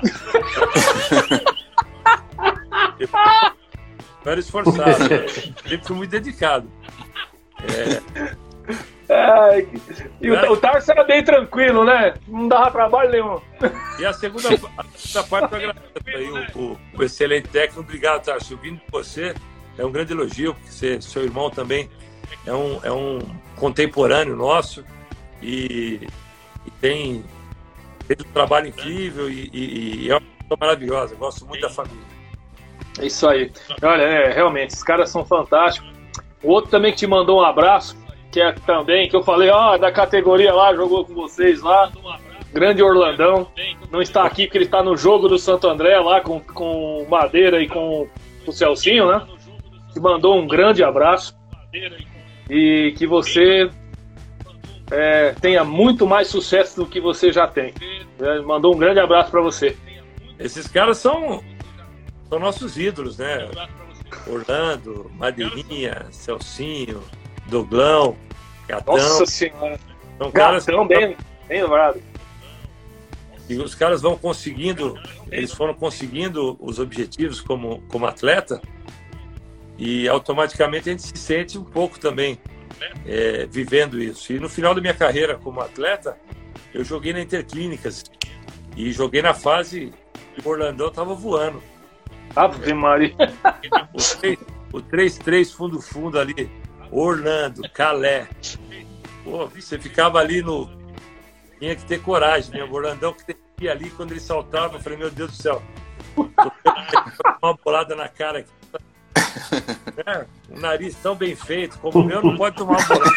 Eu era esforçado, sempre fui muito dedicado. É... Ai, e o, o Tarso era bem tranquilo, né? Não dava trabalho nenhum. E a segunda, a segunda parte, eu agradeço aí o, o, o excelente técnico. Obrigado, Tarso. Vindo de você, é um grande elogio, porque você, seu irmão também é um, é um contemporâneo nosso e, e tem, tem um trabalho incrível e, e, e é uma pessoa maravilhosa. Eu gosto muito da família. É isso aí. Olha, é, realmente, esses caras são fantásticos. O outro também que te mandou um abraço, que é também, que eu falei, ó, da categoria lá, jogou com vocês lá, grande Orlandão, não está aqui porque ele está no jogo do Santo André lá com, com o Madeira e com o Celcinho, né? Te mandou um grande abraço e que você é, tenha muito mais sucesso do que você já tem. Ele mandou um grande abraço para você. Esses caras são, são nossos ídolos, né? Orlando, Madeirinha, Celcinho, Doglão, Gatão. Nossa Senhora. São caras Gatão, que... bem, bem lembrado. E os caras vão conseguindo, eles foram conseguindo os objetivos como, como atleta e automaticamente a gente se sente um pouco também é, vivendo isso. E no final da minha carreira como atleta, eu joguei na Interclínicas e joguei na fase que o Orlandão estava voando. Ave Maria. O três três fundo-fundo ali, Orlando, Calé. Pô, você ficava ali no... Tinha que ter coragem, né? O Orlandão que ia ali, quando ele saltava, eu falei, meu Deus do céu, uma bolada na cara aqui. É, um nariz tão bem feito como o meu não pode tomar uma bolada.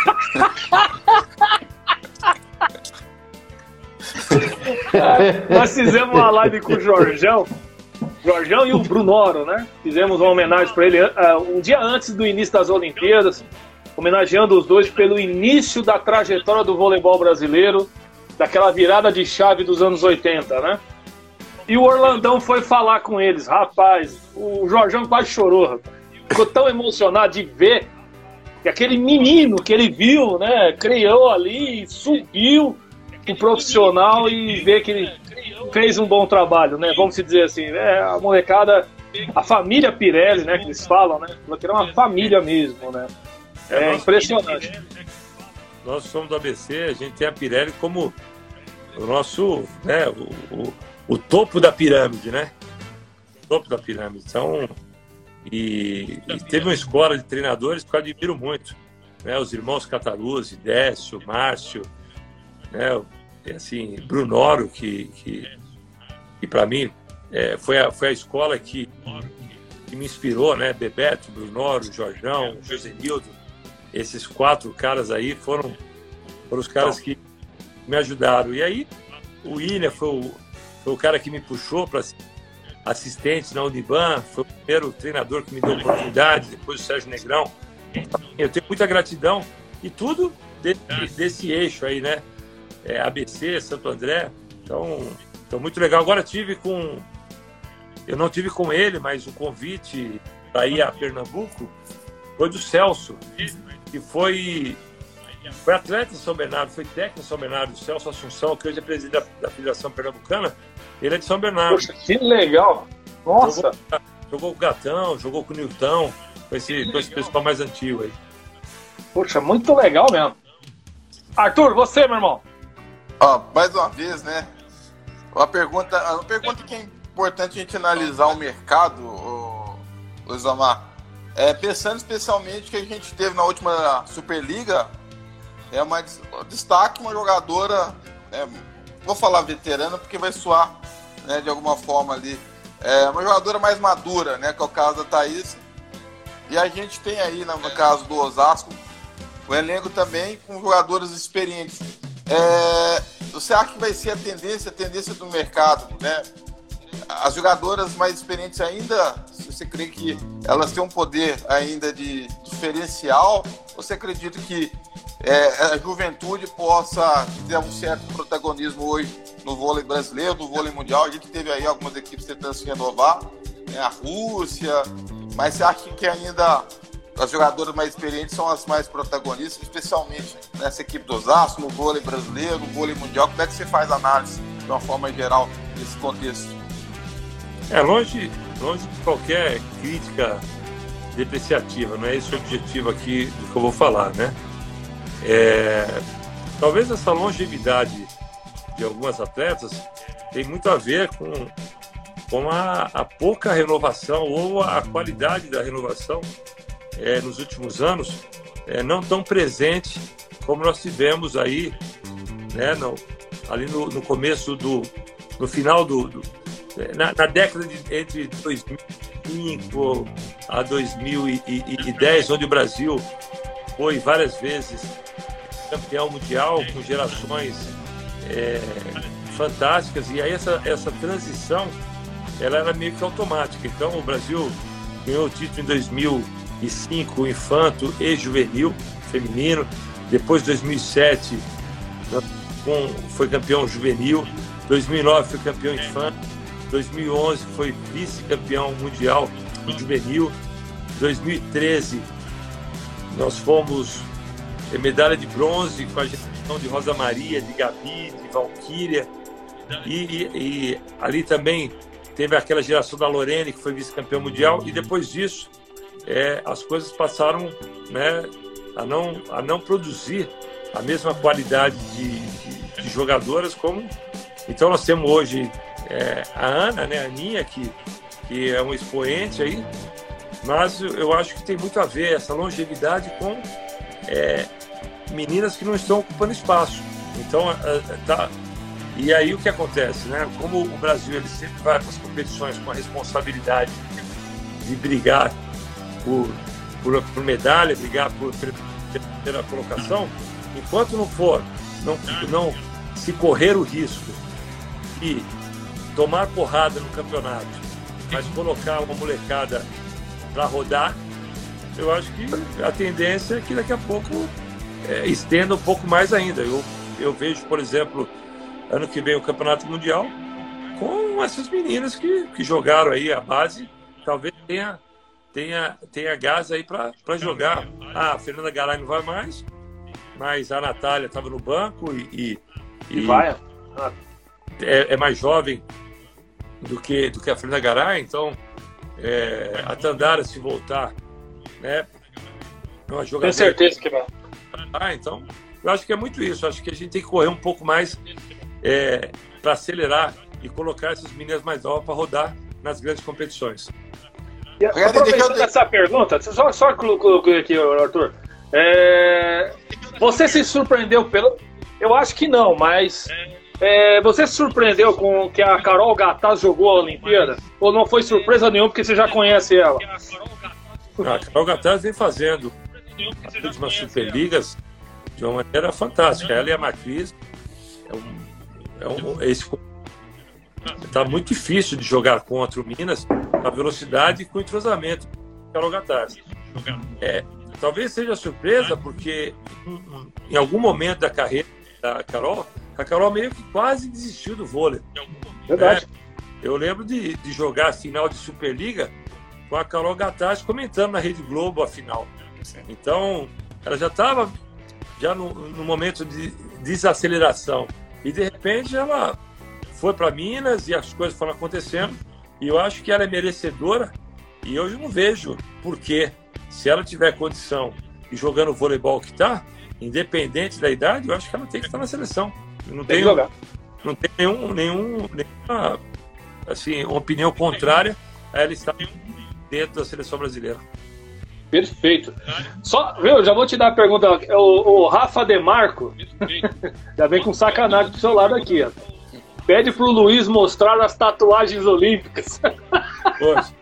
Nós fizemos uma live com o Jorjão, Jorjão e o Brunoro, né? Fizemos uma homenagem para ele uh, um dia antes do início das Olimpíadas, homenageando os dois pelo início da trajetória do voleibol brasileiro, daquela virada de chave dos anos oitenta, né? E o Orlandão foi falar com eles. Rapaz, o Jorjão quase chorou, rapaz. Ficou tão emocionado de ver que aquele menino que ele viu, né, criou ali, subiu o profissional e ver que ele fez um bom trabalho, né? Vamos dizer assim, né? A molecada, a família Pirelli, né, que eles falam, né? Que era uma família mesmo, né? É impressionante. Nós somos do A B C, a gente tem a Pirelli como o nosso, né, o, o, o topo da pirâmide, né? O topo da pirâmide. Então, e, e teve uma escola de treinadores que eu admiro muito, né? Os irmãos Cataruzzi, Décio, Márcio, né? E, assim, Brunoro, que, que, que para mim é, foi, a, foi a escola que, que me inspirou, né? Bebeto, Brunoro, Jorjão, Josenildo. Esses quatro caras aí foram, foram os caras que me ajudaram. E aí, o William foi o, foi o cara que me puxou para assistente na Uniban, foi o primeiro treinador que me deu oportunidade, depois o Sérgio Negrão. Eu tenho muita gratidão e tudo desse, desse eixo aí, né? É, A B C, Santo André. Então, então, muito legal. Agora tive com... Eu não tive com ele, mas o convite daí a Pernambuco, foi do Celso, que foi, foi atleta em São Bernardo, foi técnico em São Bernardo, o Celso Assunção, que hoje é presidente da, da Federação Pernambucana, ele é de São Bernardo. Poxa, que legal! Nossa! Jogou, jogou com o Gatão, jogou com o Nilton, com esse, com esse pessoal mais antigo aí. Poxa, muito legal mesmo. Arthur, você, meu irmão? Ó, mais uma vez, né? Uma pergunta, uma pergunta que é importante a gente analisar o mercado, o Luiz Omar. É, pensando especialmente que a gente teve na última Superliga, é uma destaque, uma jogadora, né, vou falar veterana porque vai soar, né, de alguma forma ali, é uma jogadora mais madura, né, que é o caso da Thaís. E a gente tem aí, no caso do Osasco, o elenco também com jogadores experientes. É, você acha que vai ser a tendência, a tendência do mercado, né? As jogadoras mais experientes ainda, você crê que elas têm um poder ainda de diferencial? Ou você acredita que é, a juventude possa ter um certo protagonismo hoje no vôlei brasileiro, no vôlei mundial? A gente teve aí algumas equipes tentando se renovar, né? A Rússia, mas você acha que ainda as jogadoras mais experientes são as mais protagonistas, especialmente nessa equipe do Osasco, no vôlei brasileiro, no vôlei mundial? Como é que você faz a análise de uma forma geral nesse contexto? É, longe, longe de qualquer crítica depreciativa, não é esse o objetivo aqui do que eu vou falar, né? É, talvez essa longevidade de algumas atletas tem muito a ver com, com a, a pouca renovação ou a qualidade da renovação é, nos últimos anos, é, não tão presente como nós tivemos aí, né, no, ali no, no começo do, no final do, do na, na década de, entre dois mil e cinco a dois mil e dez, onde o Brasil foi várias vezes campeão mundial com gerações é, fantásticas, e aí essa, essa transição ela era meio que automática. Então o Brasil ganhou o título em dois mil e cinco, infanto e juvenil feminino. Depois, dois mil e sete, foi campeão juvenil. dois mil e nove foi campeão infanto. dois mil e onze foi vice-campeão mundial juvenil. dois mil e treze nós fomos medalha de bronze com a geração de Rosa Maria, de Gabi, de Valquíria. E, e, e ali também teve aquela geração da Lorene, que foi vice-campeão mundial. E depois disso, é, as coisas passaram, né, a, não, a não produzir a mesma qualidade de, de, de jogadoras como... Então nós temos hoje é, a Ana, né, a Aninha, que, que é um expoente aí, mas eu acho que tem muito a ver essa longevidade com é, meninas que não estão ocupando espaço. Então, tá... E aí o que acontece, né? Como o Brasil ele sempre vai para as competições com a responsabilidade de brigar por, por, por medalha, brigar por primeira colocação, enquanto não for, não, não se correr o risco de tomar porrada no campeonato, mas colocar uma molecada para rodar, eu acho que a tendência é que daqui a pouco é, estenda um pouco mais ainda. Eu, eu vejo, por exemplo, ano que vem o Campeonato Mundial com essas meninas que, que jogaram aí a base, talvez tenha, tenha, tenha gás aí para jogar. Ah, a Fernanda Garay não vai mais, mas a Natália estava no banco e, e, e vai. É, é mais jovem do que, do que a Fernanda Garay, então é, a Tandara, se voltar, né, é uma jogadora. Tenho certeza que vai. Ah, então, eu acho que é muito isso. Eu acho que a gente tem que correr um pouco mais é, para acelerar e colocar essas meninas mais novas para rodar nas grandes competições. E, aproveitando essa pergunta, só, só coloquei aqui, Arthur. É, você se surpreendeu pelo... Eu acho que não, mas... É, você se surpreendeu com que a Carol Gataz jogou a Olimpíada? Ou não foi surpresa nenhuma porque você já conhece ela? A Carol Gataz vem fazendo as últimas Superligas de uma maneira fantástica. Ela e a Macris é um, é um, esse, tá muito difícil de jogar contra o Minas, a velocidade e com o entrosamento da Carol Gataz. É, talvez seja surpresa porque em algum momento da carreira da Carol, a Carol meio que quase desistiu do vôlei. Verdade. É, eu lembro de, de jogar a final de Superliga com a Carol Gataz comentando na Rede Globo a final. Então, ela já estava já no, no momento de desaceleração. E, de repente, ela foi para Minas e as coisas foram acontecendo. E eu acho que ela é merecedora. E hoje eu não vejo por quê. Se ela tiver condição e jogando o voleibol que está, independente da idade, eu acho que ela tem que estar na seleção. Não tem, tem que jogar. Não tem nenhum, nenhum, nenhuma assim, uma opinião contrária a ela estar dentro da seleção brasileira. Perfeito. Só, viu, já vou te dar a pergunta. O, o Rafa Demarco já vem com sacanagem do seu lado aqui, ó. Pede pro Luiz mostrar as tatuagens olímpicas. Poxa.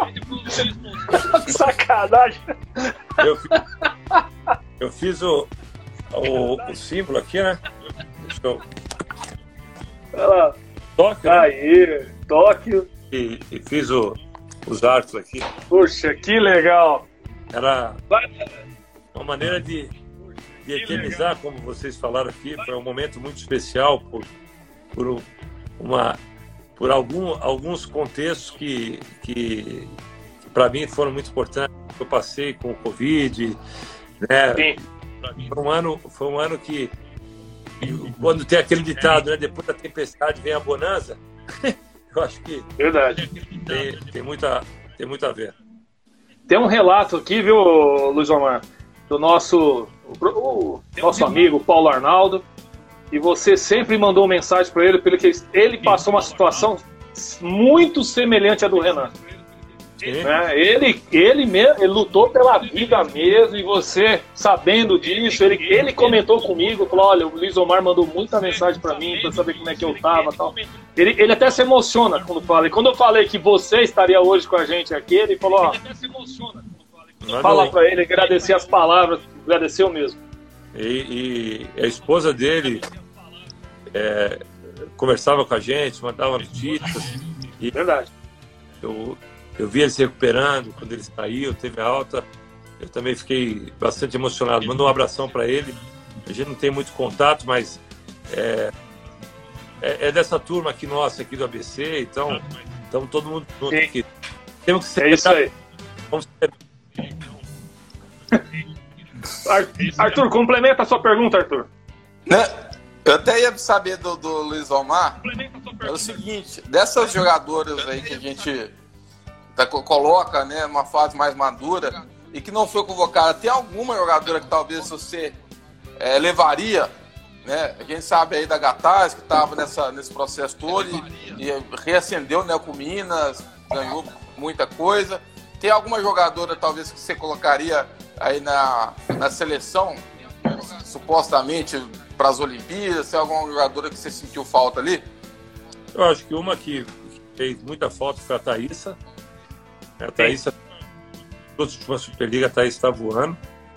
Que sacanagem. Eu fiz, eu fiz o, o, o símbolo aqui, né? Deixa eu... Olha lá. Tóquio. Né? Aí, Tóquio. E, e fiz o, os arcos aqui. Puxa, que legal. Era uma maneira de, de eternizar, como vocês falaram aqui. Foi um momento muito especial por, por, uma, por algum, alguns contextos que, que, que para mim foram muito importantes. Eu passei com o Covid, né? Sim. Foi um ano, foi um ano que, quando tem aquele ditado, né? Depois da tempestade vem a bonança. Eu acho que verdade. Tem, tem, muita, tem muito a ver. Tem um relato aqui, viu, Luiz Omar, do nosso, o, o nosso amigo Paulo Arnaldo, e você sempre mandou mensagem para ele, porque ele passou uma situação muito semelhante à do Renan. Né? Ele, ele, mesmo, ele lutou pela vida mesmo, e você, sabendo disso, ele, ele comentou comigo, falou, olha, o Luiz Omar mandou muita mensagem para mim, para saber como é que eu tava tal. Ele, ele até se emociona quando fala. E quando eu falei que você estaria hoje com a gente aqui, ele falou, ó, fala para ele, agradecer as palavras, agradeceu mesmo. E, e a esposa dele é, conversava com a gente, mandava notícias. E verdade. Eu, eu vi ele se recuperando, quando ele saiu, teve alta. Eu também fiquei bastante emocionado. Mandou um abração para ele. A gente não tem muito contato, mas é, é, é dessa turma aqui nossa, aqui do A B C. Então, estamos todo mundo junto aqui. Temos que ser. É isso aí. Vamos ser... Arthur, complementa a sua pergunta, Arthur. Né? Eu até ia saber do, do Luiz Omar. É o seguinte, dessas jogadoras aí que a gente tá, coloca, né, numa fase mais madura e que não foi convocada, tem alguma jogadora que talvez você é, levaria, né? A gente sabe aí da Gataz, que estava nessa nesse processo todo e, e reacendeu, né, com Minas, ganhou muita coisa. Tem alguma jogadora talvez que você colocaria aí na, na seleção, supostamente para as Olimpíadas? Tem alguma jogadora que você sentiu falta ali? Eu acho que uma que fez muita falta foi a Thaísa. A Thaísa, toda a última Superliga, a Thaísa está voando.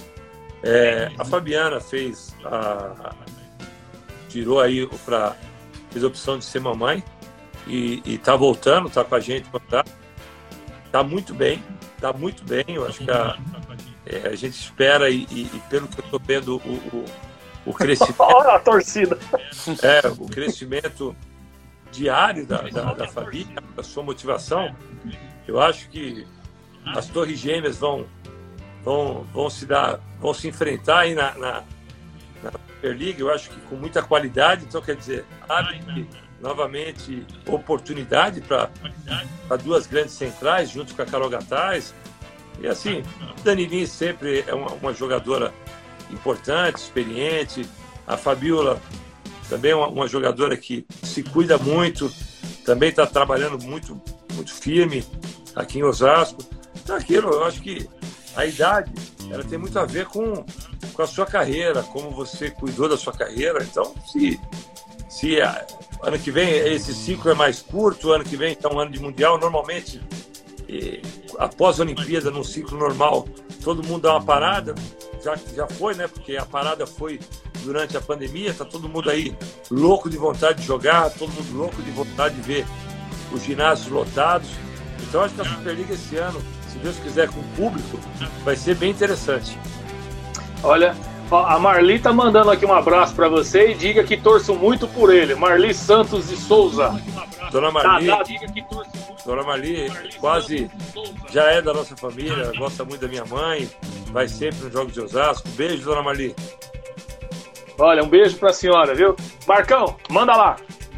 É, a Fabiana fez a, tirou aí para fez a opção de ser mamãe e está voltando, está com a gente, está muito bem, está muito bem. Eu acho que a, é, a gente espera e, e, e pelo que eu estou vendo o, o, o crescimento, olha a torcida, é, o crescimento diário da, da, da Fabi, da sua motivação. Eu acho que as torres gêmeas vão, vão, vão, se, dar, vão se enfrentar aí na, na, na Superliga, eu acho que com muita qualidade. Então, quer dizer, abre novamente oportunidade para duas grandes centrais, junto com a Carol Gataz. E assim, Danilinha sempre é uma, uma jogadora importante, experiente. A Fabiola também é uma, uma jogadora que se cuida muito, também está trabalhando muito, muito firme aqui em Osasco. Então, aquilo, eu acho que a idade, ela tem muito a ver com, com a sua carreira, como você cuidou da sua carreira. Então, se, se a, ano que vem esse ciclo é mais curto, ano que vem está um ano de Mundial, normalmente, e, após a Olimpíada, num ciclo normal, todo mundo dá uma parada, já, já foi, né? Porque a parada foi durante a pandemia, está todo mundo aí louco de vontade de jogar, todo mundo louco de vontade de ver os ginásios lotados. Então, acho que a Superliga esse ano, se Deus quiser, com o público, vai ser bem interessante. Olha, a Marli tá mandando aqui um abraço para você e diga que torço muito por ele. Marli Santos de Souza. Dona Marli, Tá, tá. Dona Marli quase já é da nossa família, gosta muito da minha mãe, vai sempre nos Jogos de Osasco. Beijo, Dona Marli. Olha, um beijo pra senhora, viu? Marcão, manda lá.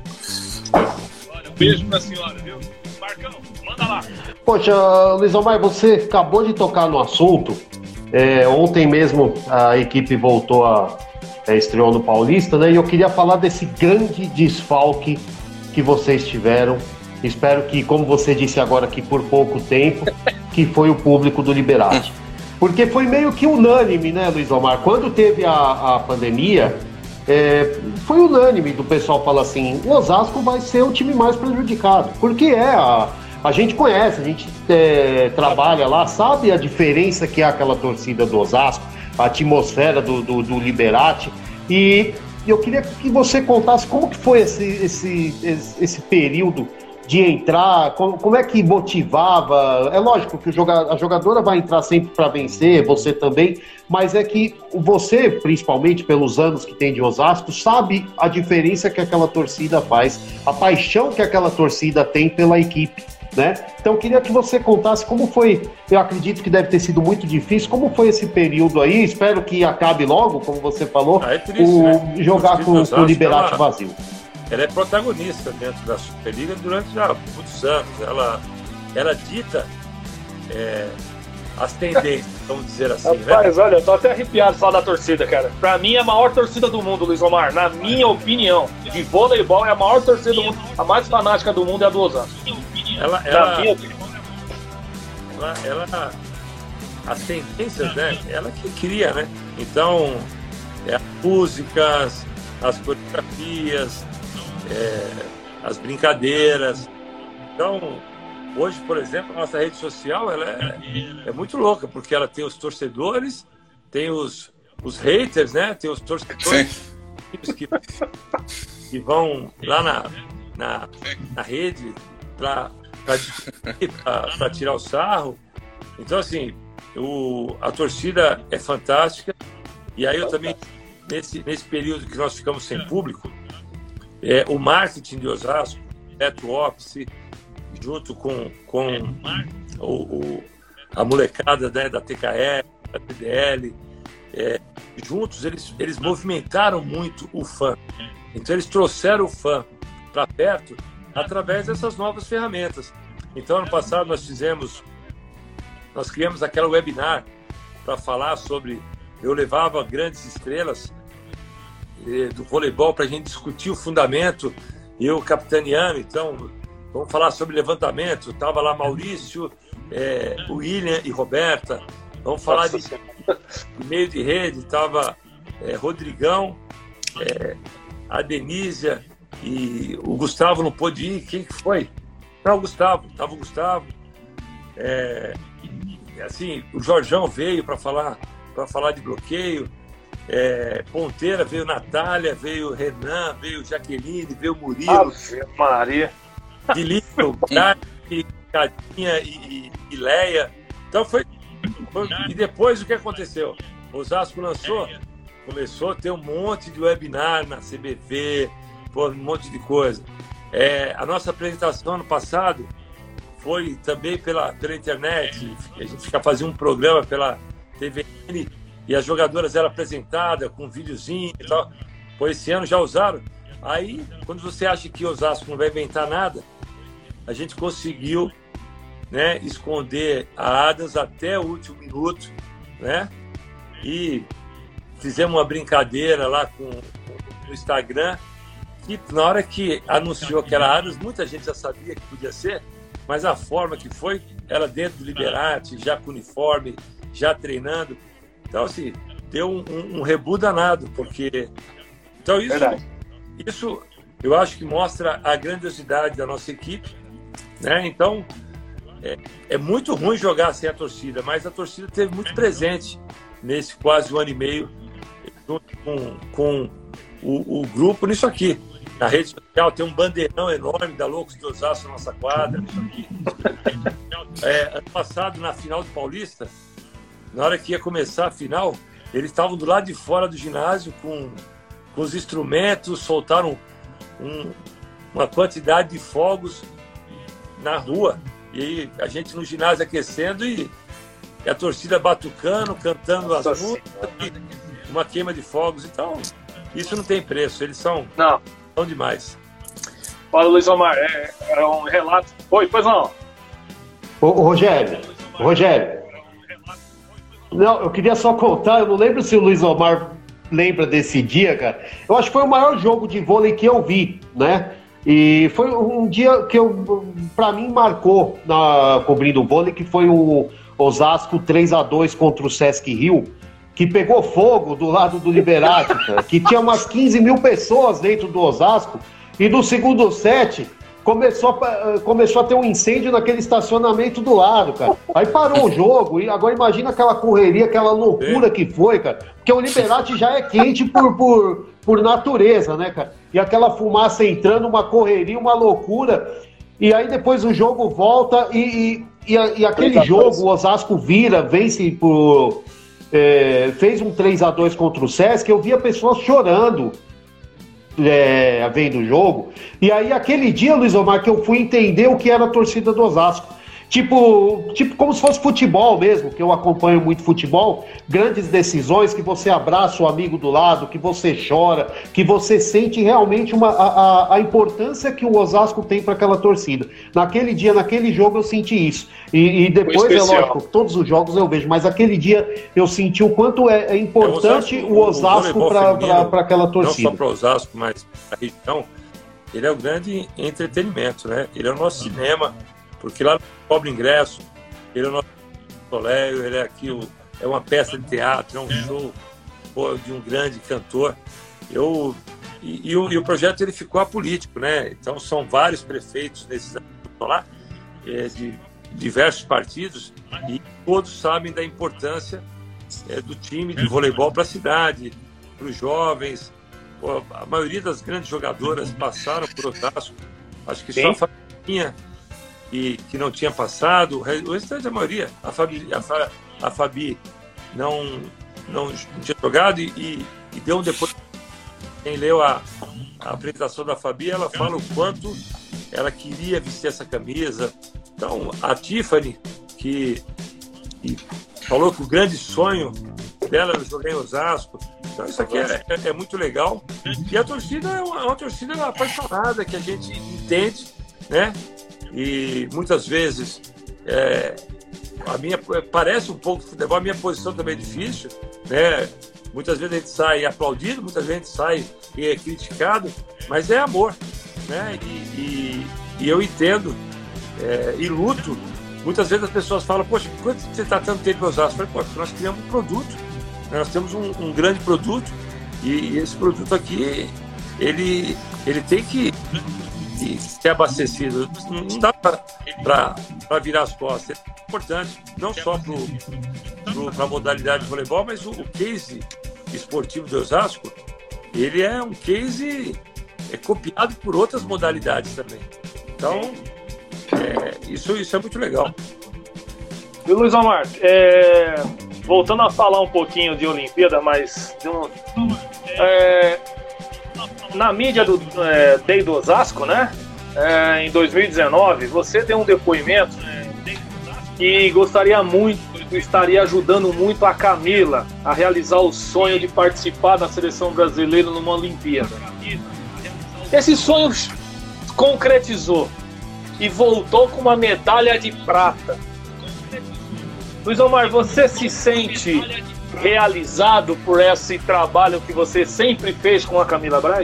Olha, um beijo pra senhora, viu? Marcão, manda lá. Poxa, Luiz Omar, você acabou de tocar no assunto. É, ontem mesmo a equipe voltou a é, estreou no Paulista, né? E eu queria falar desse grande desfalque que vocês tiveram. Espero que, como você disse agora, que por pouco tempo, que foi o público do Liberati. Porque foi meio que unânime, né, Luiz Omar? Quando teve a, a pandemia, é, foi unânime do pessoal falar assim, o Osasco vai ser o time mais prejudicado. Porque é, a, a gente conhece, a gente é, trabalha lá, sabe a diferença que é aquela torcida do Osasco, a atmosfera do, do, do Liberati. E eu queria que você contasse como que foi esse, esse, esse, esse período de entrar, como, como é que motivava. É lógico que o joga, a jogadora vai entrar sempre para vencer, você também, mas é que você, principalmente pelos anos que tem de Osasco, sabe a diferença que aquela torcida faz, a paixão que aquela torcida tem pela equipe, né? Então eu queria que você contasse como foi, eu acredito que deve ter sido muito difícil, como foi esse período aí, espero que acabe logo, como você falou, ah, é triste, o, né? jogar com, com o Liberati vazio. Ela é protagonista dentro da Superliga durante já muitos anos. Ela, ela dita é, as tendências, vamos dizer assim. Rapaz, né? olha, eu tô até arrepiado só da torcida, cara. Pra mim é a maior torcida do mundo, Luiz Omar. Na minha opinião, de voleibol é a maior torcida do mundo. A mais fanática do mundo é a do Osasco. Ela, ela, minha... ela, ela, as tendências, né? Ela que cria, né? Então, é, as músicas, as coreografias, É, as brincadeiras. Então, hoje, por exemplo, a nossa rede social ela é, é muito louca, porque ela tem os torcedores, tem os, os haters, né? Tem os torcedores que, que vão lá na, na, na rede para tirar o sarro. Então, assim, o, a torcida é fantástica. E aí eu também, nesse, nesse período que nós ficamos sem público, É, o marketing de Osasco, Beto Office, junto com, com o, o, a molecada, né, da T K R, da T D L, é, juntos eles, eles movimentaram muito o fã. Então eles trouxeram o fã para perto através dessas novas ferramentas. Então ano passado nós fizemos, nós criamos aquela webinar para falar sobre, eu levava grandes estrelas do voleibol para a gente discutir o fundamento, eu capitaneando, então vamos falar sobre levantamento, estava lá Maurício, é, William e Roberta, vamos falar de, de meio de rede, estava é, Rodrigão, é, a Denísia e o Gustavo não pôde ir, quem que foi? Não, o Gustavo, estava o Gustavo, é, assim, o Jorjão veio para falar, para falar de bloqueio. É, Ponteira, veio Natália, veio Renan, veio Jaqueline, veio Murilo, Ave Maria, Guilherme, Cadinha e, e, e Leia. Então foi, foi. E depois o que aconteceu? O Osasco lançou, começou a ter um monte de webinar na C B V, pô, um monte de coisa. É, a nossa apresentação ano passado foi também pela, pela internet, a gente fica fazendo um programa pela T V N. E as jogadoras eram apresentadas com um videozinho e tal. Pô, esse ano já usaram. Aí, quando você acha que Osasco não vai inventar nada, a gente conseguiu, né, esconder a Adams até o último minuto, né? E fizemos uma brincadeira lá com, com no Instagram, que na hora que anunciou que era Adams, muita gente já sabia que podia ser, mas a forma que foi, era dentro do Liberati, já com uniforme, já treinando. Então, assim, deu um, um, um rebu danado, porque... Então, isso, isso eu acho que mostra a grandiosidade da nossa equipe, né? Então, é, é muito ruim jogar sem a torcida, mas a torcida esteve muito presente nesse quase um ano e meio, junto com, com o, o grupo nisso aqui. Na rede social tem um bandeirão enorme da Loucos de Osasco na nossa quadra. É, ano passado, na final do Paulista, na hora que ia começar a final, eles estavam do lado de fora do ginásio com, com os instrumentos, soltaram um, uma quantidade de fogos na rua. E aí a gente no ginásio aquecendo e, e a torcida batucando, cantando Nossa as músicas, uma queima de fogos. Então, isso não tem preço. Eles são, não. são demais. Fala, Luiz Omar. É, é um relato... Oi, pois não. Ô, Rogério, Rogério. Não, eu queria só contar, eu não lembro se o Luiz Omar lembra desse dia, cara. Eu acho que foi o maior jogo de vôlei que eu vi, né? E foi um dia que eu, pra mim, marcou na, cobrindo o vôlei, que foi o Osasco três a dois contra o Sesc Rio, que pegou fogo do lado do Liberati, cara, que tinha umas quinze mil pessoas dentro do Osasco, e no segundo set começou a, começou a ter um incêndio naquele estacionamento do lado, cara. Aí parou o jogo, e agora imagina aquela correria, aquela loucura que foi, cara, porque o Liberati já é quente por... por por natureza, né, cara? E aquela fumaça entrando, uma correria, uma loucura. E aí depois o jogo volta e, e, e, e aquele jogo, o Osasco vira, vence por... É, fez um três a dois contra o Sesc, eu via pessoas chorando é, vendo o jogo. E aí aquele dia, Luiz Omar, que eu fui entender o que era a torcida do Osasco. Tipo, tipo como se fosse futebol mesmo, que eu acompanho muito futebol, grandes decisões que você abraça o amigo do lado, que você chora, que você sente realmente uma, a, a importância que o Osasco tem para aquela torcida. Naquele dia, naquele jogo eu senti isso. E, e depois, é lógico, todos os jogos eu vejo, mas aquele dia eu senti o quanto é, é importante é, o Osasco, o Osasco para aquela torcida. Não só para o Osasco, mas para a região, ele é o grande entretenimento, né? Ele é o nosso cinema. Porque lá não cobra ingresso, ele é o nosso colega, ele é aqui, o, é uma peça de teatro, é um show pô, de um grande cantor. Eu, e, e, o, e o projeto ele ficou apolítico, né? Então são vários prefeitos nesses anos lá, é, de diversos partidos, e todos sabem da importância é, do time de voleibol para a cidade, para os jovens. Pô, a maioria das grandes jogadoras passaram por Osasco, acho que Sim. só a Fabiinha E, que não tinha passado, o restante da maioria, a Fabi, a, a Fabi não, não, não tinha jogado e, e, e deu um depois. Quem leu a, a apresentação da Fabi, ela fala o quanto ela queria vestir essa camisa. Então, a Tiffany, que, que falou que o grande sonho dela era jogar em Osasco. Então, isso aqui é, é, é muito legal. E a torcida é uma, uma torcida apaixonada, que a gente entende, né? E muitas vezes é, a minha, parece um pouco futebol, a minha posição também é difícil, né? Muitas vezes a gente sai aplaudido, muitas vezes a gente sai é, criticado, mas é amor, né? E, e, e eu entendo é, e luto. Muitas vezes as pessoas falam, poxa, por que você está tanto tempo em Osasco? Eu falei, poxa, nós criamos um produto, né? Nós temos um, um grande produto e, e esse produto aqui, ele, ele tem que e ser abastecido. Não dá para virar as costas. É importante, não só para a modalidade de voleibol, mas o, o case esportivo do Osasco, ele é um case é, copiado por outras modalidades também. Então, é, isso, isso é muito legal. E Luiz Omar, é, voltando a falar um pouquinho de Olimpíada, mas de um, é, na mídia do é, Day do Osasco, né? É, em dois mil e dezenove, você deu um depoimento que gostaria muito, estaria ajudando muito a Camila a realizar o sonho de participar da seleção brasileira numa Olimpíada. Esse sonho concretizou e voltou com uma medalha de prata. Luiz Omar, você se sente realizado por esse trabalho que você sempre fez com a Camila Bright?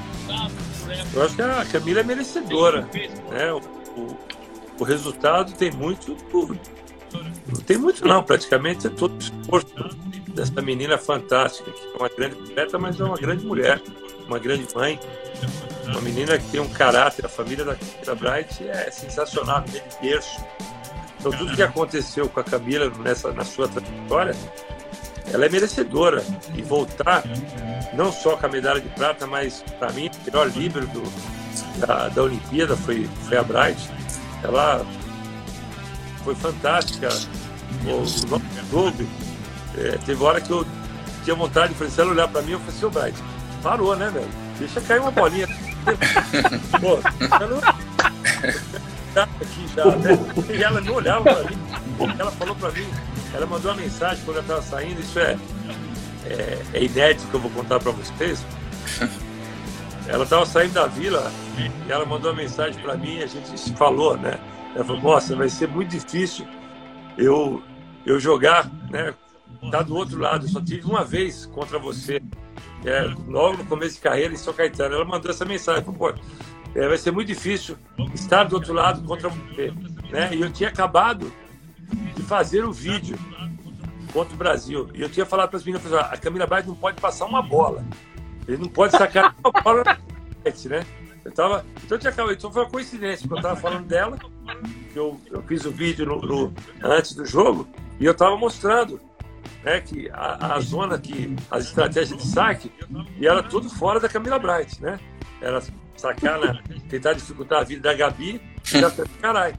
Eu acho que a Camila é merecedora, né? O, o, o resultado tem muito, não tem muito não, praticamente é todo o esforço dessa menina fantástica, que é uma grande atleta, mas é uma grande mulher, uma grande mãe, uma menina que tem um caráter. A família da Camila Bright é sensacional, de berço. Então tudo que aconteceu com a Camila nessa, na sua trajetória, ela é merecedora e voltar não só com a medalha de prata, mas para mim o melhor líbero do, da, da Olimpíada foi, foi a Bright. Ela foi fantástica. O, o nosso clube é, teve hora que eu tinha vontade de fazer, se ela olhar para mim, eu falei assim, ô Bright, parou, né, velho? Deixa cair uma bolinha. Pô, ela, aqui já, né? E ela não olhava para mim. Ela falou para mim, ela mandou uma mensagem quando ela estava saindo, isso é, é, é inédito que eu vou contar para vocês. Ela estava saindo da vila e ela mandou uma mensagem para mim, a gente se falou, né? Ela falou, nossa, vai ser muito difícil eu, eu jogar, né? Tá do outro lado, eu só tive uma vez contra você, é, logo no começo de carreira em São Caetano. Ela mandou essa mensagem, falou, pô, é, vai ser muito difícil estar do outro lado contra você, né? E eu tinha acabado de fazer o vídeo contra o Brasil, e eu tinha falado para as meninas, a Camila Bright não pode passar uma bola, ele não pode sacar uma bola, né? Eu tava, então eu tinha acabado, então foi uma coincidência, porque eu estava falando dela, que eu, eu fiz o vídeo no, no, antes do jogo, e eu estava mostrando, né, que a, a zona, que as estratégias de saque, e era tudo fora da Camila Bright, né? Era sacar, na, tentar dificultar a vida da Gabi, e já caralho.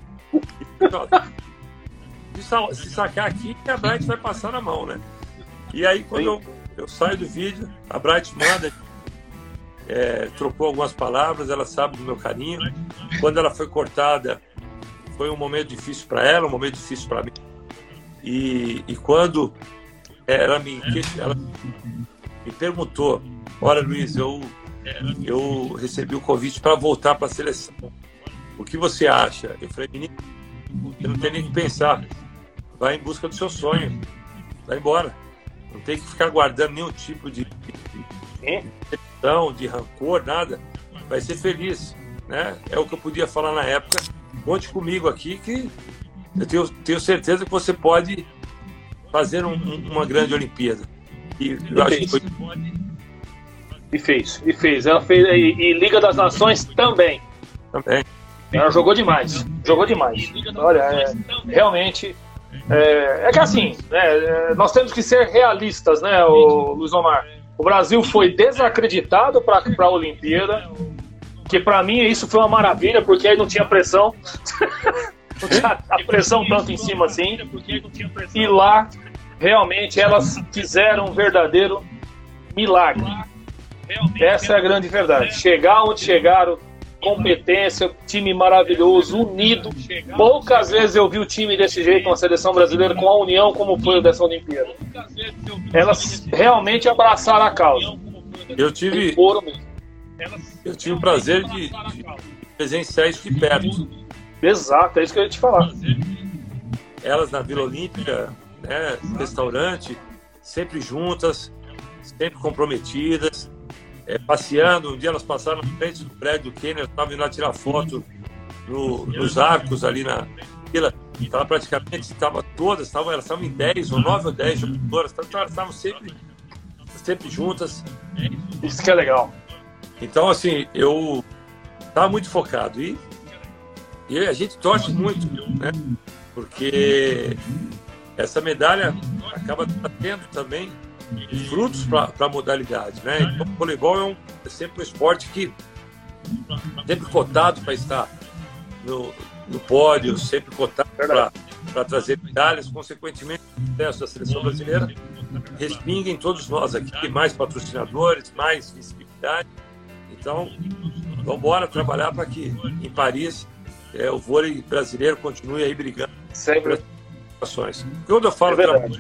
Se, se sacar aqui, a Bright vai passar na mão, né? E aí, quando eu, eu saio do vídeo, a Bright manda, é, trocou algumas palavras, ela sabe do meu carinho. Quando ela foi cortada, foi um momento difícil para ela, um momento difícil para mim. E, e quando ela me, ela me perguntou, olha, Luiz, eu, eu recebi o convite para voltar para a seleção. O que você acha? Eu falei, menino, você não tem nem que pensar. Vai em busca do seu sonho. Vai embora. Não tem que ficar guardando nenhum tipo de decepção, de, de rancor, nada. Vai ser feliz, né? É o que eu podia falar na época. Conte comigo aqui que eu tenho, tenho certeza que você pode fazer um, um, uma grande Olimpíada. E eu acho que foi... E fez, e fez. Ela fez e, e Liga das Nações também. Também. Ela jogou demais. Jogou demais. Olha, é, realmente. É, é que assim, né, nós temos que ser realistas, né, o Luiz Omar? O Brasil foi desacreditado para a Olimpíada, que para mim isso foi uma maravilha, porque aí não tinha pressão. Não tinha a pressão tanto em cima assim. E lá, realmente, elas fizeram um verdadeiro milagre. Essa é a grande verdade. Chegar onde chegaram, competência, time maravilhoso, unido. Poucas vezes eu vi o time desse jeito, uma seleção brasileira com a união como foi o dessa Olimpíada. Elas realmente abraçaram a causa. Eu tive, eu tive o prazer de, de presenciar isso de perto. Exato, é isso que eu ia te falar. Elas na Vila Olímpica, né, restaurante, sempre juntas, sempre comprometidas. É, passeando, um dia elas passaram na frente do prédio do Quênia, estavam indo lá tirar foto no, nos arcos ali na fila, estava praticamente, estava todas, estavam, elas estavam em dez ou nove ou dez jogadoras, então elas estavam sempre, sempre juntas. Isso que é legal. Então, assim, eu estava muito focado e, e a gente torce muito, né? Porque essa medalha acaba tendo também frutos para a modalidade, né? Então, o voleibol é, um, é sempre um esporte que sempre cotado para estar no, no pódio, sempre cotado para trazer medalhas, consequentemente o sucesso da seleção brasileira respinga em todos nós aqui, mais patrocinadores, mais visibilidade. Então, vamos embora trabalhar para que em Paris é, o vôlei brasileiro continue aí brigando sempre. Ações. Quando eu falo é verdade.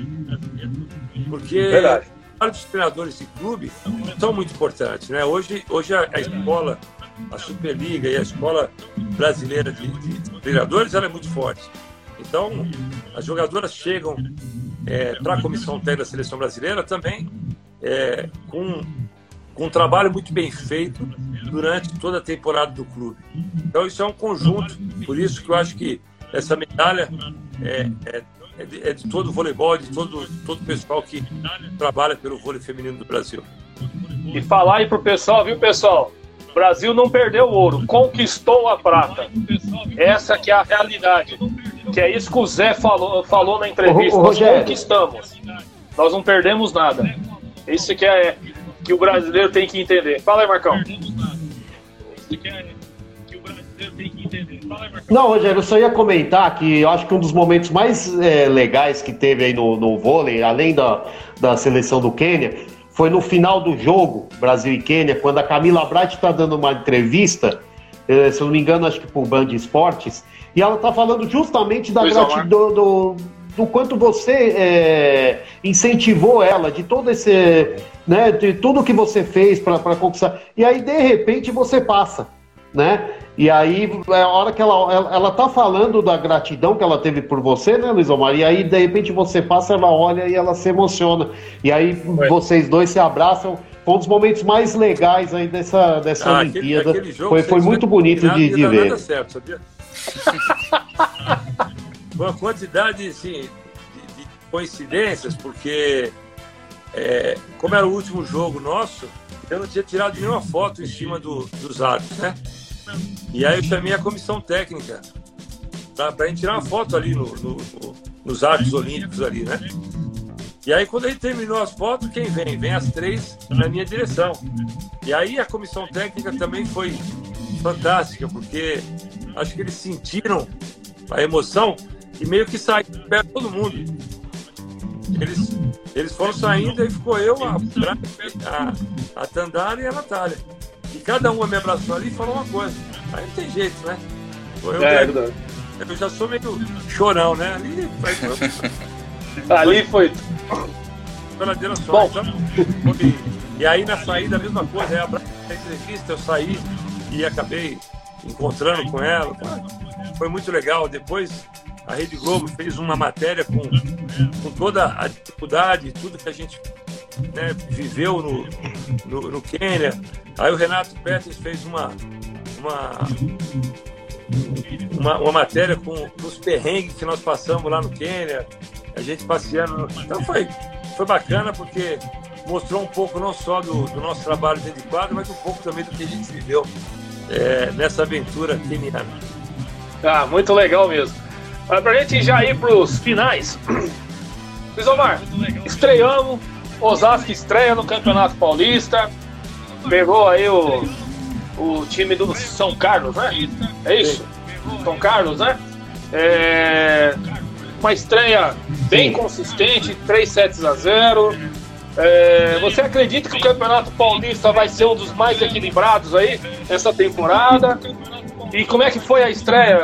Porque verdade. Os treinadores de clube são muito importantes, né? Hoje, hoje a, a escola, a Superliga e a escola brasileira de, de, de treinadores, ela é muito forte. Então, as jogadoras chegam é, para a comissão técnica da seleção brasileira também é, com, com um trabalho muito bem feito durante toda a temporada do clube. Então, isso é um conjunto. Por isso que eu acho que essa medalha é, é É de, é de todo o voleibol, de todo, todo o pessoal que trabalha pelo vôlei feminino do Brasil. E falar aí pro pessoal, viu, pessoal? O Brasil não perdeu o ouro, conquistou a prata. Essa que é a realidade. Que é isso que o Zé falou, falou na entrevista. O, o Nós conquistamos. Nós não perdemos nada. Isso que é que o brasileiro tem que entender. Fala aí, Marcão. Isso que é... Não, Rogério, eu só ia comentar que eu acho que um dos momentos mais é, legais que teve aí no, no vôlei, além da, da seleção do Quênia, foi no final do jogo, Brasil e Quênia, quando a Camila Bright está dando uma entrevista eh, se eu não me engano, acho que por Band Esportes, e ela está falando justamente da Luiz gratidão, do, do, do quanto você é, incentivou ela, de todo esse, né, de tudo que você fez para conquistar. E aí, de repente, você passa, né? E aí, a hora que ela, ela, ela tá falando da gratidão que ela teve por você, né, Luiz Omar? E aí, de repente, você passa, ela olha e ela se emociona. E aí, Foi. vocês dois se abraçam. Foi um dos momentos mais legais aí dessa, dessa ah, Olimpíada. Aquele, aquele jogo, foi foi muito bonito de, de ver. Nada certo, sabia? Foi uma quantidade assim, de, de coincidências, porque é, como era o último jogo nosso, eu não tinha tirado nenhuma foto em cima do, dos arcos, né? E aí eu chamei a comissão técnica para a gente tirar uma foto ali no, no, no, nos arcos olímpicos ali, né? E aí quando a gente terminou as fotos, quem vem? Vem as três na minha direção. E aí a comissão técnica também foi fantástica, porque acho que eles sentiram a emoção e meio que saíram perto de todo mundo. Eles, eles foram saindo e ficou eu, a, a, a Tandara e a Natália. E cada uma me abraçou ali e falou uma coisa. Aí não tem jeito, né? Eu, é, eu, eu já sou meio chorão, né? Ali, ali foi. Verdadeira sorte. Então, e aí na saída a mesma coisa. Aí abraço da entrevista, eu saí e acabei encontrando com ela. Foi muito legal. Depois a Rede Globo fez uma matéria com, com toda a dificuldade, tudo que a gente, né, viveu no, no, no Quênia. Aí o Renato Peters fez uma, uma, uma, uma matéria com os perrengues que nós passamos lá no Quênia, a gente passeando. Então foi, foi bacana, porque mostrou um pouco não só do, do nosso trabalho dentro de quadro, mas um pouco também do que a gente viveu é, nessa aventura queniana. Ah, muito legal mesmo. Mas pra gente já ir pros finais, Luiz Omar, estreamos, Osasco estreia no Campeonato Paulista, pegou aí o, o time do São Carlos, né? É isso? São Carlos, né? É, uma estreia bem consistente, três sets a zero. É, você acredita que o Campeonato Paulista vai ser um dos mais equilibrados aí nessa temporada? E como é que foi a estreia?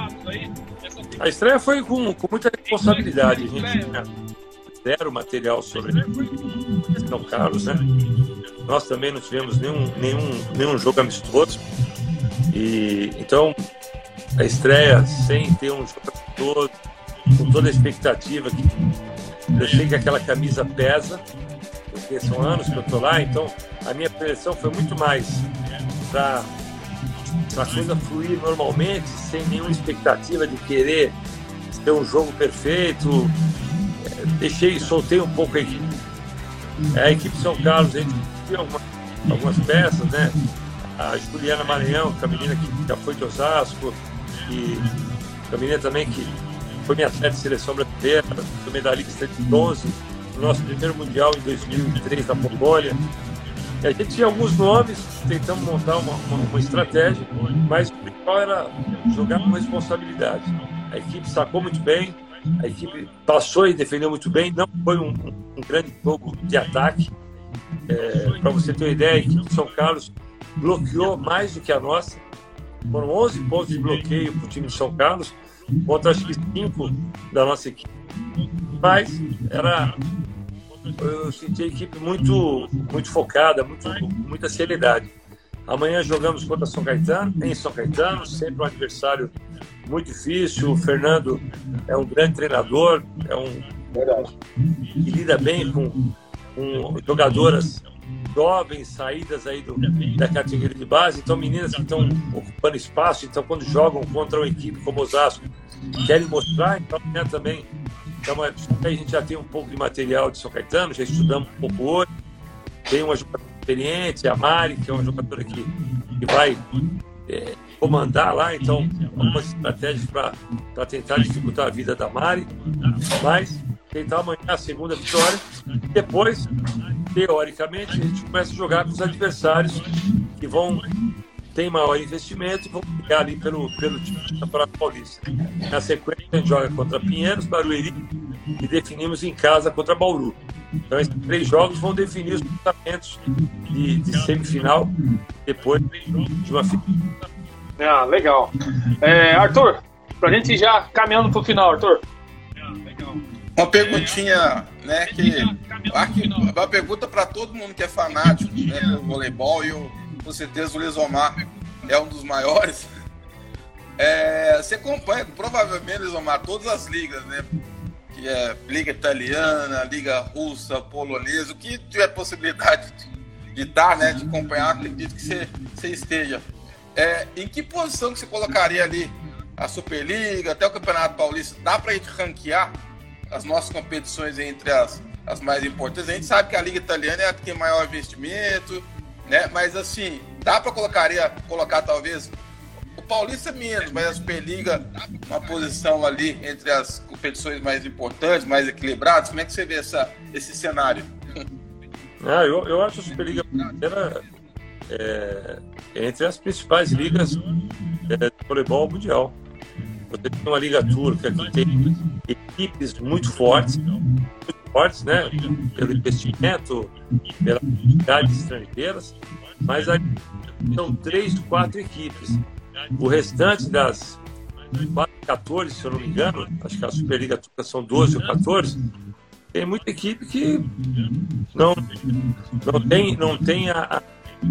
A estreia foi com, com muita responsabilidade. A gente tinha zero material sobre São Carlos, né? Nós também não tivemos nenhum, nenhum, nenhum jogo amistoso. E, então, a estreia sem ter um jogo amistoso, com toda a expectativa, que eu sei que aquela camisa pesa, porque são anos que eu estou lá, então a minha pressão foi muito mais para a coisa fluir normalmente, sem nenhuma expectativa de querer ter um jogo perfeito. Deixei, soltei um pouco a equipe. A equipe de São Carlos, a gente tinha algumas, algumas peças, né? A Juliana Maranhão, que é a menina que já foi de Osasco, e a menina também que foi minha atleta de seleção brasileira, foi medalhista de bronze no nosso primeiro mundial em dois mil e três na Mongólia. E a gente tinha alguns nomes, tentamos montar uma, uma, uma estratégia, mas o principal era jogar com responsabilidade. A equipe sacou muito bem, a equipe passou e defendeu muito bem, não foi um, um grande jogo de ataque. É, para você ter uma ideia, a equipe de São Carlos bloqueou mais do que a nossa. Foram onze pontos de bloqueio para o time de São Carlos, contra acho que cinco da nossa equipe. Mas era, eu senti a equipe muito, muito focada, muito, muita seriedade. Amanhã jogamos contra São Caetano, em São Caetano, sempre um adversário muito difícil. O Fernando é um grande treinador, é um que lida bem com, com jogadoras jovens, saídas aí do, da categoria de base, então meninas que estão ocupando espaço, então quando jogam contra uma equipe como Osasco, querem mostrar, então amanhã também. Então, a gente já tem um pouco de material de São Caetano, já estudamos um pouco hoje. Tem uma jogadora experiente, a Mari, que é uma jogadora que, que vai é, comandar lá, então, algumas estratégias para tentar dificultar a vida da Mari. Mas tentar amanhã a segunda vitória. Depois, teoricamente, a gente começa a jogar com os adversários que vão ter maior investimento e vão ficar ali pelo, pelo time do Campeonato Paulista. Na sequência, a gente joga contra Pinheiros, Barueri e definimos em casa contra Bauru. Então, esses três jogos vão definir os cruzamentos de, de semifinal depois de uma final. Ah, legal. É, Arthur, pra gente já caminhando pro final, Arthur. Uma perguntinha, né, que acho que uma pergunta para todo mundo que é fanático, né, pelo voleibol, e eu, com certeza o Lisomar é um dos maiores. É, você acompanha, provavelmente, Lisomar, todas as ligas, né? Que é liga italiana, liga russa, polonesa, o que tiver possibilidade de estar, né, de acompanhar, acredito que você, você esteja. É, em que posição que você colocaria ali a Superliga, até o Campeonato Paulista? Dá para a gente ranquear as nossas competições entre as, as mais importantes? A gente sabe que a Liga Italiana é a que tem maior investimento, né? Mas assim, dá para colocaria, colocar talvez o Paulista menos, mas a Superliga uma posição ali entre as competições mais importantes, mais equilibradas. Como é que você vê essa, esse cenário? Ah, eu, eu acho a Superliga brasileira é, entre as principais ligas é, de voleibol mundial. Você tem uma Liga Turca que tem equipes muito fortes, muito fortes, né? Pelo investimento, pelas cidades estrangeiras, mas aí são três, quatro equipes. O restante das quatorze, se eu não me engano, acho que a Superliga Turca são doze ou quatorze, tem muita equipe que não, não tem, não tem a, a,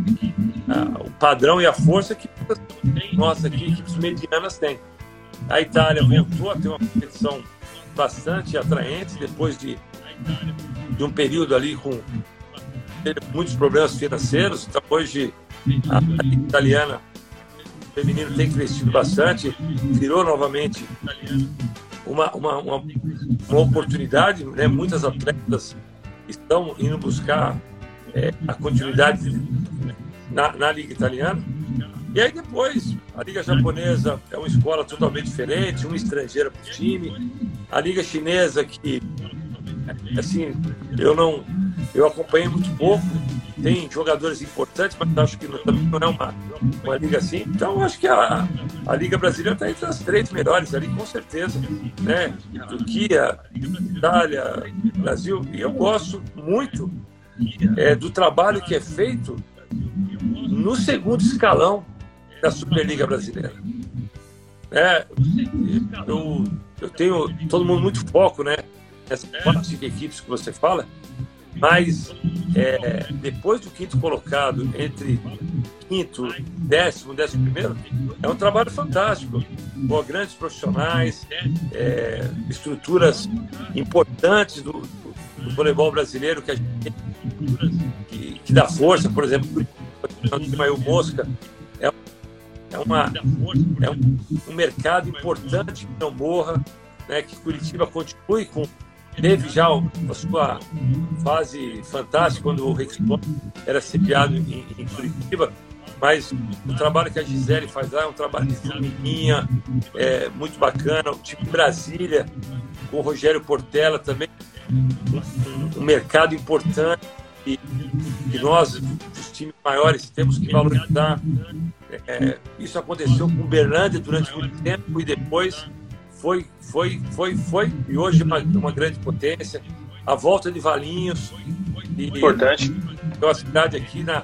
a, o padrão e a força que nós aqui, equipes medianas, têm. A Itália voltou a ter uma competição bastante atraente depois de, de um período ali com muitos problemas financeiros. Então, hoje, a, a italiana feminino tem crescido bastante, virou novamente uma, uma, uma, uma oportunidade, né? Muitas atletas estão indo buscar é, a continuidade na, na Liga Italiana. E aí depois, a Liga Japonesa é uma escola totalmente diferente, uma estrangeira para o time. A Liga Chinesa, que, assim, eu não... Eu acompanhei muito pouco, tem jogadores importantes, mas acho que também não é uma, uma liga assim. Então, acho que a, a Liga Brasileira está entre as três melhores ali, com certeza. Né? Turquia, Itália, Brasil. E eu gosto muito é, do trabalho que é feito no segundo escalão da Superliga Brasileira. É, eu, eu tenho todo mundo muito foco, né? Nessas quatro, cinco equipes que você fala. Mas é, depois do quinto colocado, entre quinto, décimo, décimo primeiro, é um trabalho fantástico, com grandes profissionais, é, estruturas importantes do, do, do voleibol brasileiro que, a gente, que, que dá força. Por exemplo, o Mosca é, é, uma, é um, um mercado importante que não morra, né, que Curitiba continue com. Teve já a sua fase fantástica quando o Rexport era sediado em, em Curitiba, mas o trabalho que a Gisele faz lá é um trabalho de formiguinha, é muito bacana. O time de Brasília, com o Rogério Portela também, um, um mercado importante e, e nós, os times maiores, temos que valorizar. É, isso aconteceu com o Berlândia durante muito tempo e depois Foi, foi, foi, foi, e hoje é uma, uma grande potência. A volta de Valinhos. E, Importante. É uma cidade aqui na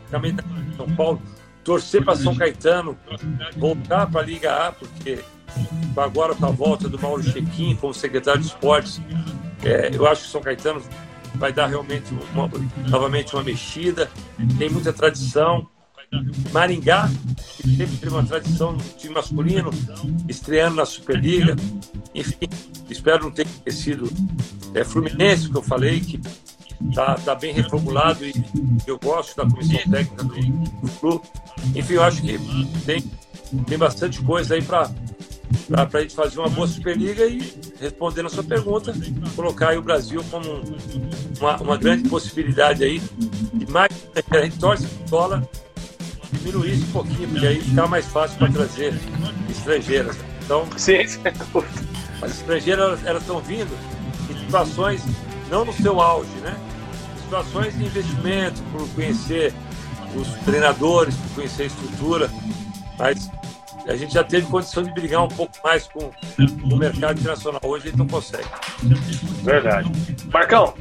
São Paulo. Torcer para São Caetano voltar para a Liga A, porque agora com a volta do Mauro Chequim como secretário de esportes, é, eu acho que São Caetano vai dar realmente uma, novamente uma mexida. Tem muita tradição. Maringá, que sempre teve uma tradição no time masculino, estreando na Superliga. Enfim, espero não ter esquecido é, Fluminense, que eu falei, que está tá bem reformulado e eu gosto da comissão técnica do, do clube. Enfim, eu acho que tem, tem bastante coisa aí para a gente fazer uma boa Superliga e, respondendo a sua pergunta, colocar aí o Brasil como uma, uma grande possibilidade aí. E mais, a gente torce para o dólar diminuir isso um pouquinho, porque aí fica mais fácil para trazer estrangeiras. Então, sim, as estrangeiras elas estão vindo em situações não no seu auge, né? Situações de investimento, por conhecer os treinadores, por conhecer a estrutura, mas a gente já teve condição de brigar um pouco mais com o mercado internacional. Hoje a gente não consegue. Verdade. Marcão.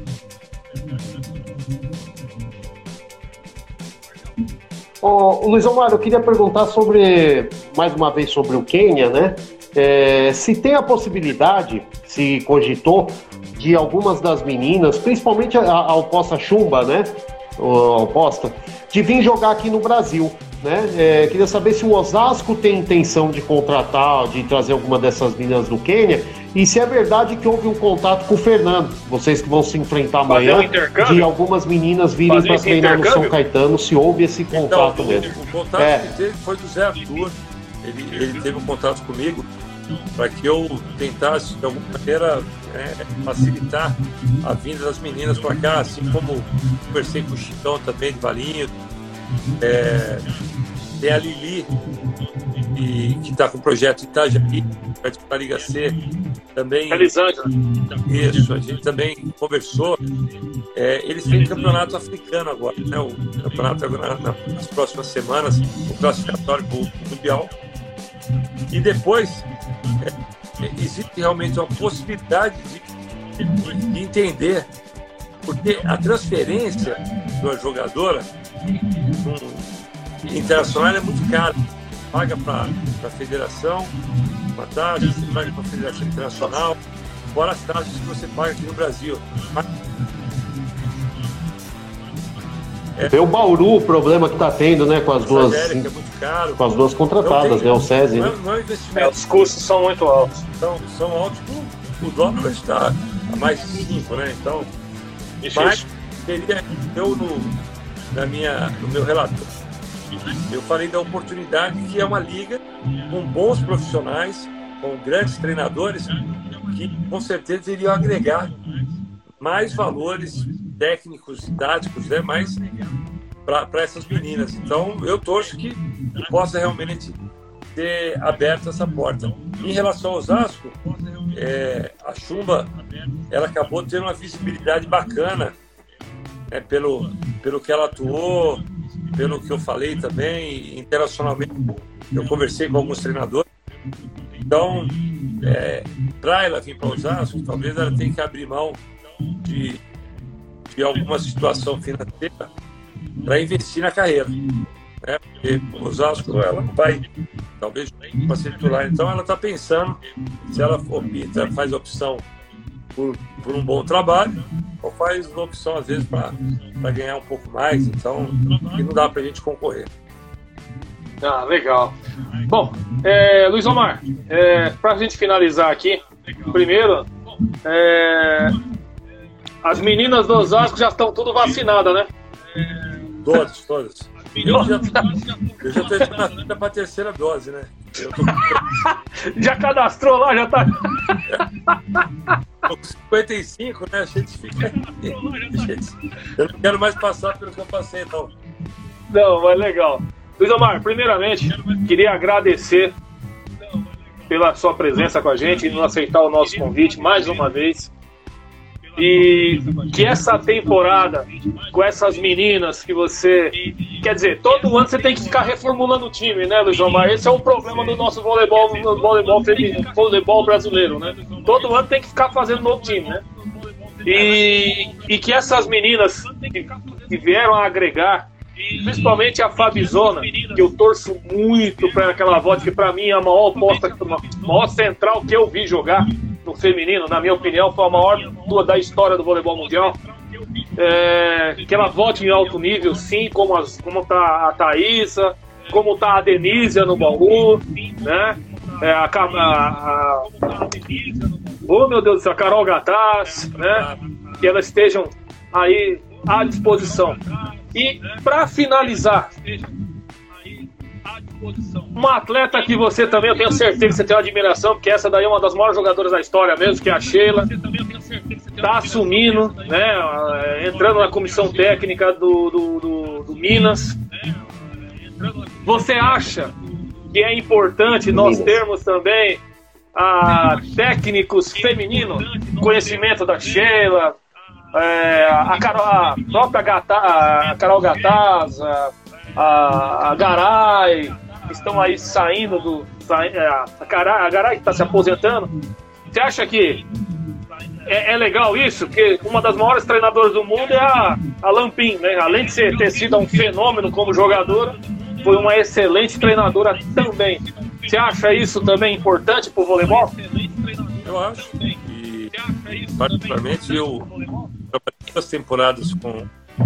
Ô, Luiz Omar, eu queria perguntar sobre mais uma vez sobre o Quênia, né? É, se tem a possibilidade, se cogitou, de algumas das meninas, principalmente a, a Oposta Chumba, né? A Oposta, de vir jogar aqui no Brasil, né? É, queria saber se o Osasco tem intenção de contratar, de trazer alguma dessas meninas do Quênia, e se é verdade que houve um contato com o Fernando, vocês que vão se enfrentar amanhã, um de algumas meninas virem para treinar no São Caetano, se houve esse contato então, mesmo. O, o contato é. que teve foi do Zé Arthur, ele, ele teve um contato comigo para que eu tentasse, de alguma maneira, é, facilitar a vinda das meninas para cá, assim como conversei com o Chicão também, de Valinho. É, tem a Lili, e, que está com o projeto Itajaí, da Liga C, também. Elisângela. Isso, a gente também conversou. É, eles têm campeonato africano agora, né? O campeonato agora nas próximas semanas, o classificatório para o Mundial. E depois, é, existe realmente uma possibilidade de, de entender, porque a transferência de uma jogadora um, internacional é muito cara. Paga para a federação uma taxa, você paga para a federação internacional, fora as taxas que você paga aqui no Brasil. É o Bauru, o problema que está tendo, né, com as duas, é muito caro. Com as duas contratadas, tem, né, o SESI. Não, não é investimento. É, os custos são muito altos. São, são altos. O, o dólar vai estar a mais de cinco, né? Então, isso, mas isso. Seria eu no, na minha, no meu relatório. Eu falei da oportunidade que é uma liga com bons profissionais, com grandes treinadores, que com certeza iriam agregar mais valores técnicos e táticos, né, mais para essas meninas. Então, eu torço que possa realmente ter aberto essa porta. Em relação ao Osasco, é, a Chumba, ela acabou tendo uma visibilidade bacana, né, pelo, pelo que ela atuou, pelo que eu falei também, internacionalmente, eu conversei com alguns treinadores. Então, é, para ela vir para o Osasco, talvez ela tenha que abrir mão de, de alguma situação financeira para investir na carreira. Né? Porque o Osasco, ela não vai, talvez, para ser titular. Então, ela está pensando, se ela opta, faz a opção por, por um bom trabalho, ou faz uma opção, às vezes, para ganhar um pouco mais. Então, que não dá para a gente concorrer. Ah, legal. Bom, é, Luiz Omar, é, para a gente finalizar aqui, primeiro, é, as meninas do Osasco já estão tudo vacinadas, né? Todas, todas. Eu já estou entrando na fila para a terceira dose, né? Eu tô... Já cadastrou lá, já tá. Tô com cinquenta e cinco, né? A gente fica. Eu não quero mais passar pelo que eu passei, não. Não, mas legal. Luiz Omar, primeiramente, queria agradecer pela sua presença com a gente e não aceitar o nosso convite mais uma vez. E que essa temporada, com essas meninas que você... Quer dizer, todo ano você tem que ficar reformulando o time, né, Luiz Omar? Esse é o problema do nosso voleibol, voleibol feminino, voleibol brasileiro, né? Todo ano tem que ficar fazendo novo time, né? E, e que essas meninas que, que vieram a agregar, principalmente a Fabizona, que eu torço muito para aquela voz, que para mim é a maior posta, a maior central que eu vi jogar no feminino, na minha opinião, foi a maior da história do voleibol mundial. É, que ela volte em alto nível, sim, como, as, como tá a Thaísa, como tá a Denise no Bauru, né? É, a, a, a, oh, meu Deus do céu, a Carol Gataz, né? Que elas estejam aí à disposição. E para finalizar, uma atleta que você também, eu tenho certeza que você tem uma admiração, porque essa daí é uma das maiores jogadoras da história mesmo, que é a Sheila, está assumindo, né, entrando na comissão técnica do, do, do, do Minas. Você acha que é importante nós termos também a técnicos femininos, conhecimento da Sheila, é, a, Carol, a própria Gata, a Carol Gataz, a, a, a Garay, que estão aí saindo do. A Garay, a Garay está se aposentando. Você acha que é, é legal isso? Porque uma das maiores treinadoras do mundo é a, a Lampin, né? Além de ser, ter sido um fenômeno como jogadora, foi uma excelente treinadora também. Você acha isso também importante para o voleibol? Eu acho. E, particularmente, eu trabalhei duas temporadas com.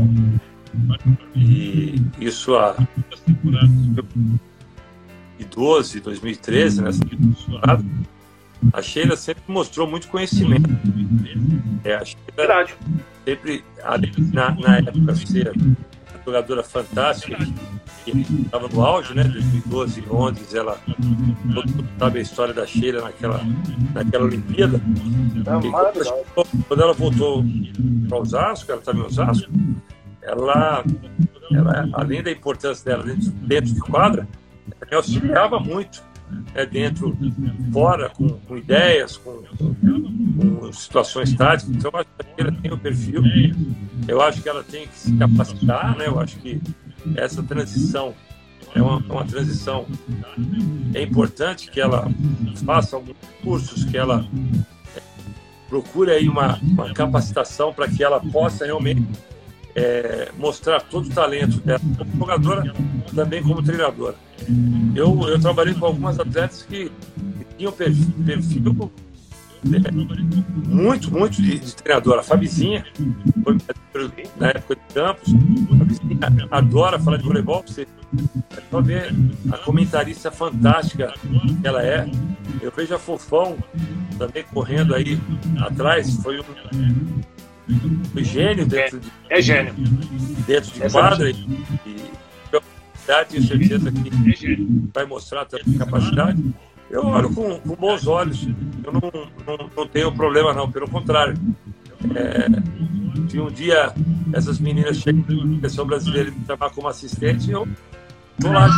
E isso há dois mil e doze, dois mil e treze, nessa temporada. A Sheila sempre mostrou muito conhecimento. É, a Sheila Verdade. sempre, na, na época, ser uma jogadora fantástica, que estava no auge, né? dois mil e doze, em Londres, ela, todo mundo sabe a história da Sheila naquela, naquela Olimpíada. É maravilhoso. Quando ela voltou para Osasco, ela estava em Osasco, ela, ela, além da importância dela dentro, dentro de quadra, ela auxiliava muito. É, dentro, fora, com, com ideias, com, com, com situações táticas. Então, eu acho que ela tem o perfil, eu acho que ela tem que se capacitar, né? Eu acho que essa transição é uma, uma transição, é importante que ela faça alguns cursos, que ela é, procure aí uma, uma capacitação para que ela possa realmente é, mostrar todo o talento dela como jogadora, também como treinadora. Eu, eu trabalhei com algumas atletas que, que tinham perfil, perfil é, muito, muito de, de treinadora. A Fabizinha, foi na época de Campos, a Fabizinha adora falar de voleibol. Você é só ver a comentarista fantástica que ela é. Eu vejo a Fofão também correndo aí atrás, foi um, um gênio dentro de, é, é gênio. Dentro de quadra. E, e tenho certeza que vai mostrar também capacidade. Eu olho com, com bons olhos. Eu não, não, não tenho problema, não. Pelo contrário. É, se um dia essas meninas chegam na seleção brasileira e me chamar como assistente, eu vou lá.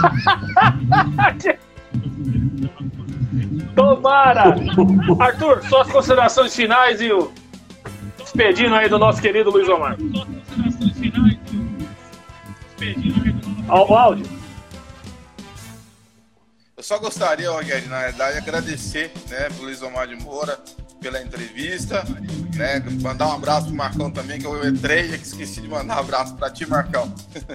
Tomara! Arthur, suas considerações finais e o despedindo aí do nosso querido Luiz Omar. Ao áudio. Eu só gostaria, Rogério, na verdade, agradecer, né, pro Luiz Omar de Moura pela entrevista, né, mandar um abraço pro Marcão também, que eu entrei e esqueci de mandar um abraço para ti, Marcão.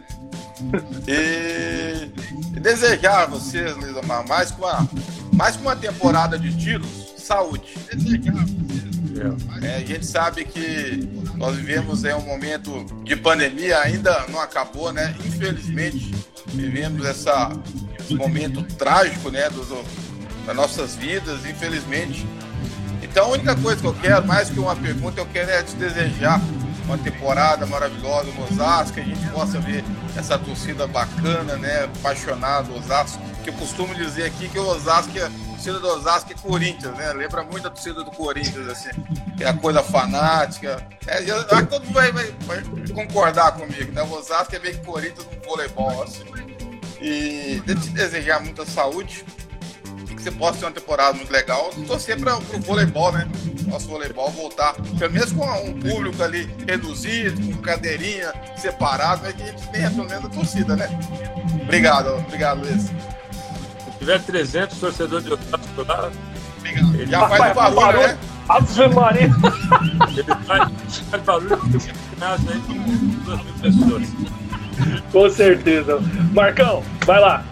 e, e desejar a vocês, Luiz Omar, mais que uma, mais que uma temporada de títulos, saúde. Desejar a vocês. É, a gente sabe que nós vivemos em um momento de pandemia, ainda não acabou, né? Infelizmente, vivemos essa, esse momento trágico, né, do, do, das nossas vidas, infelizmente. Então, a única coisa que eu quero, mais que uma pergunta, eu quero é te desejar uma temporada maravilhosa no Osasco, que a gente possa ver essa torcida bacana, né, apaixonada do Osasco, que eu costumo dizer aqui que o Osasco é a torcida do Osasco é Corinthians, né? Lembra muito a torcida do Corinthians, assim, que é a coisa fanática. É, eu acho que todo mundo vai, vai, vai concordar comigo, né? O Osasco é meio que Corinthians no voleibol, assim. E de te desejar muita saúde, que você possa ter uma temporada muito legal, e torcer para o voleibol, né? Nosso voleibol voltar, pelo menos com um público ali reduzido, com cadeirinha separado, mas que a gente tenha pelo menos a torcida, né? Obrigado, obrigado, Luiz. Se tiver trezentos torcedores de Osasco lá, ele já faz o barulho, né? Ave Maria! Ele faz, faz barulho porque o ginásio aí tem duas mil pessoas. Com certeza. Marcão, vai lá.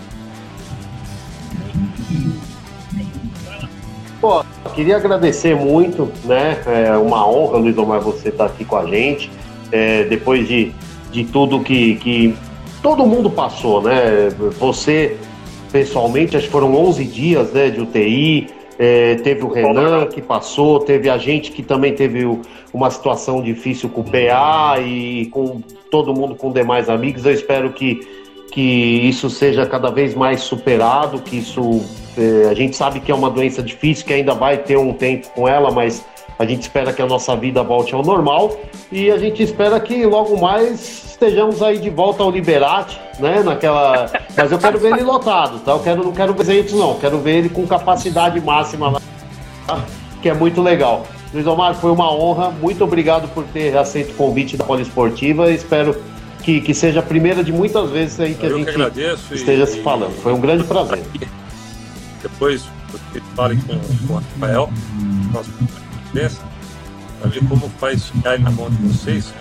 Pô, queria agradecer muito, né? É uma honra, Luiz Omar, você estar aqui com a gente. É, depois de, de tudo que, que todo mundo passou, né? Você, pessoalmente, acho que foram onze dias, né, de U T I. É, teve o Renan que passou, teve a gente que também teve o, uma situação difícil com o P A e com todo mundo, com demais amigos. Eu espero que, que isso seja cada vez mais superado, que isso... É, a gente sabe que é uma doença difícil, que ainda vai ter um tempo com ela, mas a gente espera que a nossa vida volte ao normal e a gente espera que logo mais estejamos aí de volta ao Liberate, né, naquela... Mas eu quero ver ele lotado, tá? Eu quero, não quero ver duzentos não, quero ver ele com capacidade máxima lá, que é muito legal. Luiz Omar, foi uma honra, muito obrigado por ter aceito o convite da Poliesportiva, espero que, que seja a primeira de muitas vezes aí que eu a gente que esteja e, se falando. Foi um grande prazer. Depois vocês falem com, com o Rafael, nosso presidente, para ver como faz ficar na mão de vocês.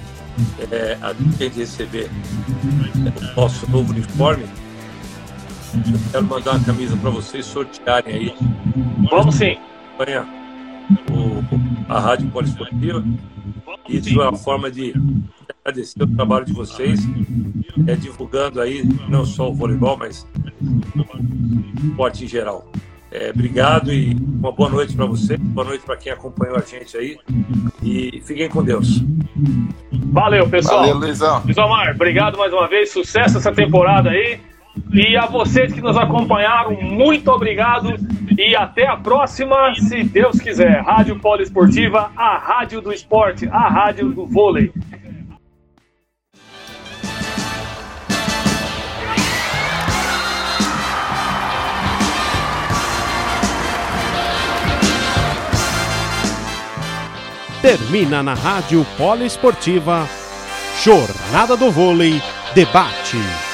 É, a gente receber o nosso novo uniforme, eu quero mandar uma camisa para vocês sortearem aí. Vamos sim. Acompanha o, a Rádio Poliesportiva. E de uma forma de agradecer o trabalho de vocês, é, divulgando aí não só o voleibol, mas o esporte em geral. É, obrigado e uma boa noite para você, boa noite para quem acompanhou a gente aí e fiquem com Deus. Valeu, pessoal. Valeu, Luizão. Luizomar, obrigado mais uma vez, sucesso essa temporada aí. E a vocês que nos acompanharam, muito obrigado e até a próxima, se Deus quiser. Rádio Poliesportiva, a rádio do esporte, a rádio do vôlei. Termina na Rádio Poliesportiva, Jornada do Vôlei Debate.